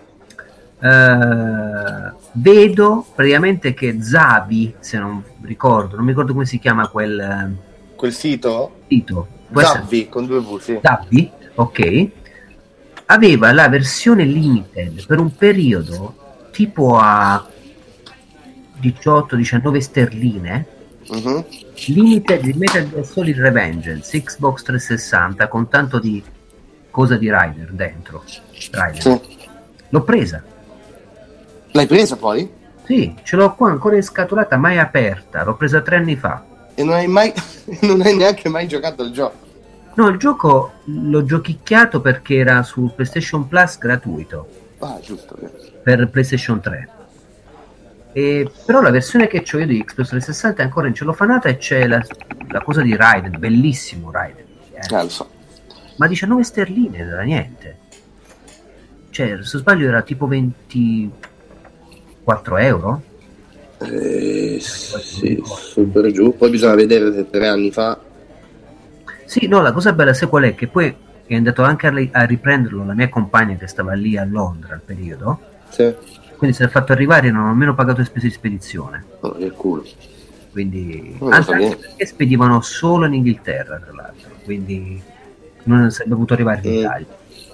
Uh, vedo praticamente che Zabi, se non ricordo, non mi ricordo come si chiama quel quel sito sito Zabi con due V, sì. Zabi, ok, aveva la versione limited per un periodo tipo a diciotto diciannove sterline, uh-huh. limited di Metal Gear Solid Revengeance Xbox trecentosessanta con tanto di cosa di Rider dentro. Rider. Sì. L'ho presa. L'hai presa poi? Sì, ce l'ho qua ancora in scatolata, mai aperta, l'ho presa tre anni fa. E non hai mai non hai neanche mai giocato il gioco? No, il gioco l'ho giochicchiato perché era su PlayStation Plus gratuito. Ah, giusto. Per PlayStation tre. E, però la versione che ho io di Xbox trecentosessanta è ancora in cellofanata e c'è la, la cosa di Raiden, bellissimo Raiden. Eh, lo so. Ma diciannove sterline, era niente. Cioè, se sbaglio era tipo ventiquattro euro? Eh, sì, super giù. Poi bisogna vedere se tre anni fa. Sì, no, la cosa bella sai qual è? Che poi è andato anche a, ri- a riprenderlo la mia compagna che stava lì a Londra al periodo. Sì. Quindi se l'ha fatto arrivare e non ho nemmeno pagato le spese di spedizione. Oh, che culo. Quindi non anche, anche perché spedivano solo in Inghilterra, tra l'altro. Quindi non sarebbe dovuto arrivare in Italia.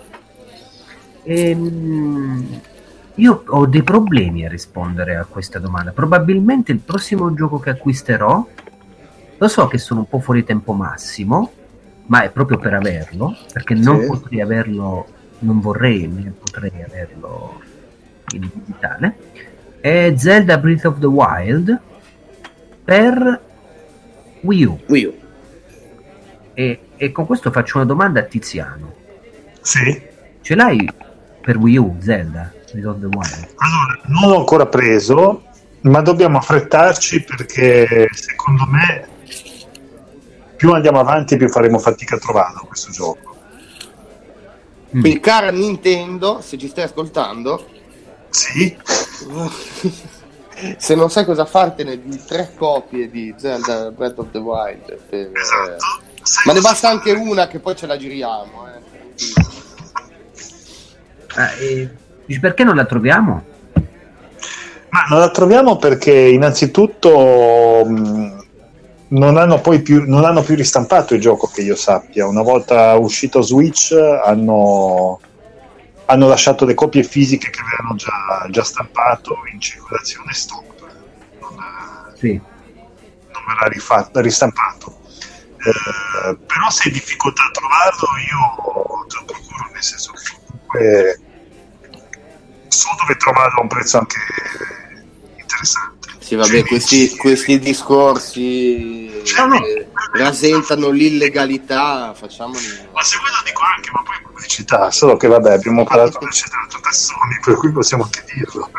Ehm, io ho dei problemi a rispondere a questa domanda. Probabilmente il prossimo gioco che acquisterò, lo so che sono un po' fuori tempo massimo, ma è proprio per averlo, perché non sì. potrei averlo, non vorrei né potrei averlo in digitale, è Zelda Breath of the Wild per Wii U. Wii U. E, e con questo faccio una domanda a Tiziano. Sì. Ce l'hai per Wii U Zelda Breath of the Wild? Allora, non l'ho ancora preso, ma dobbiamo affrettarci perché secondo me più andiamo avanti più faremo fatica a trovarlo questo gioco. Mm. Quindi cara Nintendo, se ci stai ascoltando, sì. Se non sai cosa fartene di tre copie di Zelda Breath of the Wild per, esatto. eh, ma ne basta anche una che poi ce la giriamo eh. Ah, e perché non la troviamo? Ma non la troviamo perché innanzitutto mh, non hanno poi più non hanno più ristampato il gioco che io sappia. Una volta uscito Switch hanno hanno lasciato le copie fisiche che avevano già, già stampato in circolazione stock, non, sì. non me l'ha rifatto, ristampato. Eh, però se hai difficoltà a trovarlo io te lo procuro, nel senso che comunque so dove trovarlo a un prezzo anche interessante. Sì, vabbè, questi, questi discorsi no, no. Eh, rasentano l'illegalità, facciamoli. Ma se vuoi lo dico anche, ma poi pubblicità, solo che vabbè, abbiamo parlato precedente da Sony, per cui possiamo anche dirlo.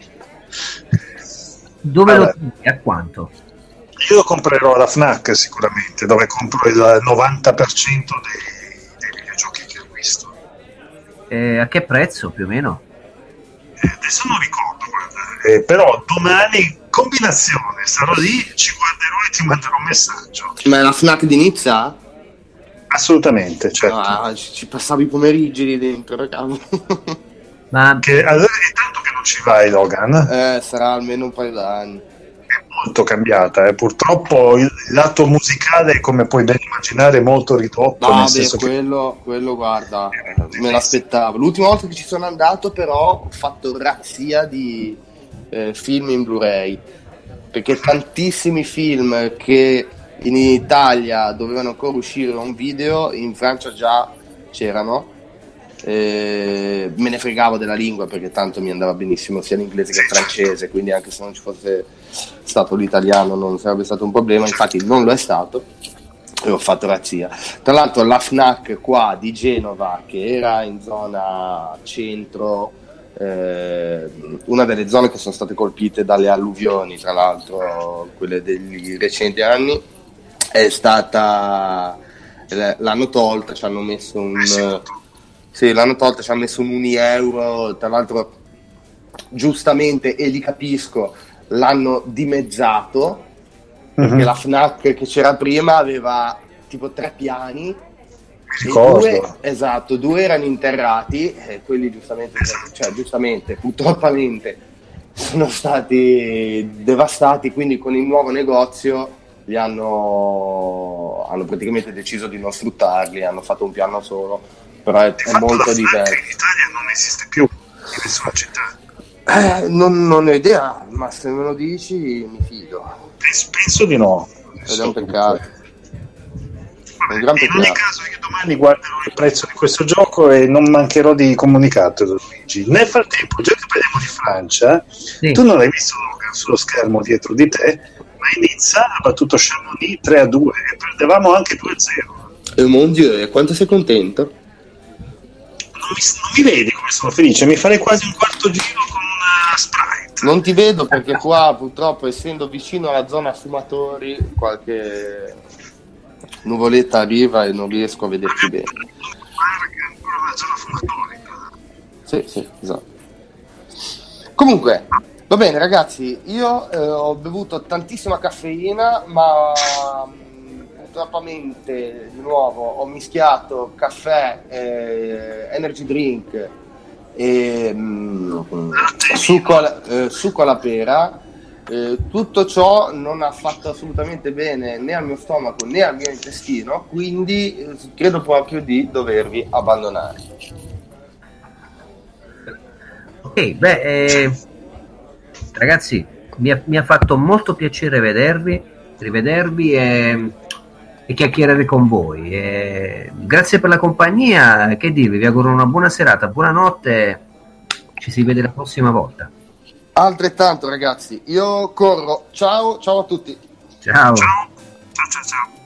Dove allora, lo trovi? A quanto? Io lo comprerò alla Fnac sicuramente, dove compro il novanta per cento dei, dei videogiochi che acquisto. Eh, a che prezzo più o meno? Eh, adesso non ricordo, guarda. Eh, però domani combinazione, sarò lì, ci guarderò e ti manderò un messaggio. Ma è la FNAC di Nizza? Assolutamente, certo. Ah, ci, ci passavi i pomeriggi lì dentro, ragazzi. Ma Che, allora, è tanto che non ci vai, Logan. Eh, sarà almeno un paio d'anni. È molto cambiata, eh. Purtroppo il lato musicale, come puoi ben immaginare, è molto ridotto. No, nel beh, senso quello, quello, guarda, me l'aspettavo. L'ultima volta che ci sono andato, però, ho fatto razzia di eh, film in Blu-ray, perché tantissimi film che in Italia dovevano ancora uscire un video, in Francia già c'erano. Eh, me ne fregavo della lingua, perché tanto mi andava benissimo sia l'inglese che il francese, quindi anche se non ci fosse stato l'italiano non sarebbe stato un problema. Infatti non lo è stato e ho fatto razzia. Tra l'altro la FNAC qua di Genova, che era in zona centro, eh, una delle zone che sono state colpite dalle alluvioni, tra l'altro quelle degli recenti anni, è stata, l'hanno tolta, ci hanno messo un sì, l'hanno tolta, ci hanno messo un uni euro, tra l'altro giustamente, e li capisco, l'hanno dimezzato, perché Mhm. la FNAC che c'era prima aveva tipo tre piani e Ricordo. due, esatto, due erano interrati e quelli giustamente, cioè giustamente, purtroppamente sono stati devastati, quindi con il nuovo negozio li hanno, hanno praticamente deciso di non sfruttarli, hanno fatto un piano solo. Però è, Di è fatto molto la diverso. FNAC in Italia non esiste più in nessuna città. Eh, non, non ho idea, ma se me lo dici mi fido. Penso, penso di no. Ed è un peccato. Vabbè, Un gran in ogni peccato. caso io domani guarderò il prezzo di questo gioco e non mancherò di comunicartelo, Luigi. Nel frattempo, già che parliamo di Francia, sì. tu non l'hai visto, Logan, sullo schermo dietro di te, ma Nizza ha battuto Chamonix tre a due e perdevamo anche due a zero. E mon Dio, e quanto sei contento? Non mi, non mi vedi come sono felice, mi farei quasi un quarto giro con una Sprite. Non ti vedo perché qua purtroppo, essendo vicino alla zona fumatori, qualche nuvoletta arriva e non riesco a vederti bene. Guarda, ancora una zona fumatori. Sì, sì, esatto. Comunque, va bene ragazzi, io eh, ho bevuto tantissima caffeina, ma mh, purtroppamente di nuovo ho mischiato caffè, eh, energy drink e mh, succo, alla, eh, succo alla pera. Eh, tutto ciò non ha fatto assolutamente bene né al mio stomaco né al mio intestino, quindi eh, credo proprio di dovervi abbandonare. Ok, beh, eh, ragazzi, mi ha, mi ha fatto molto piacere vedervi, rivedervi e, e chiacchierare con voi. E grazie per la compagnia, che dirvi, vi auguro una buona serata, buonanotte, ci si vede la prossima volta. Altrettanto ragazzi, io corro, ciao, ciao a tutti. Ciao. Ciao, ciao, ciao, ciao.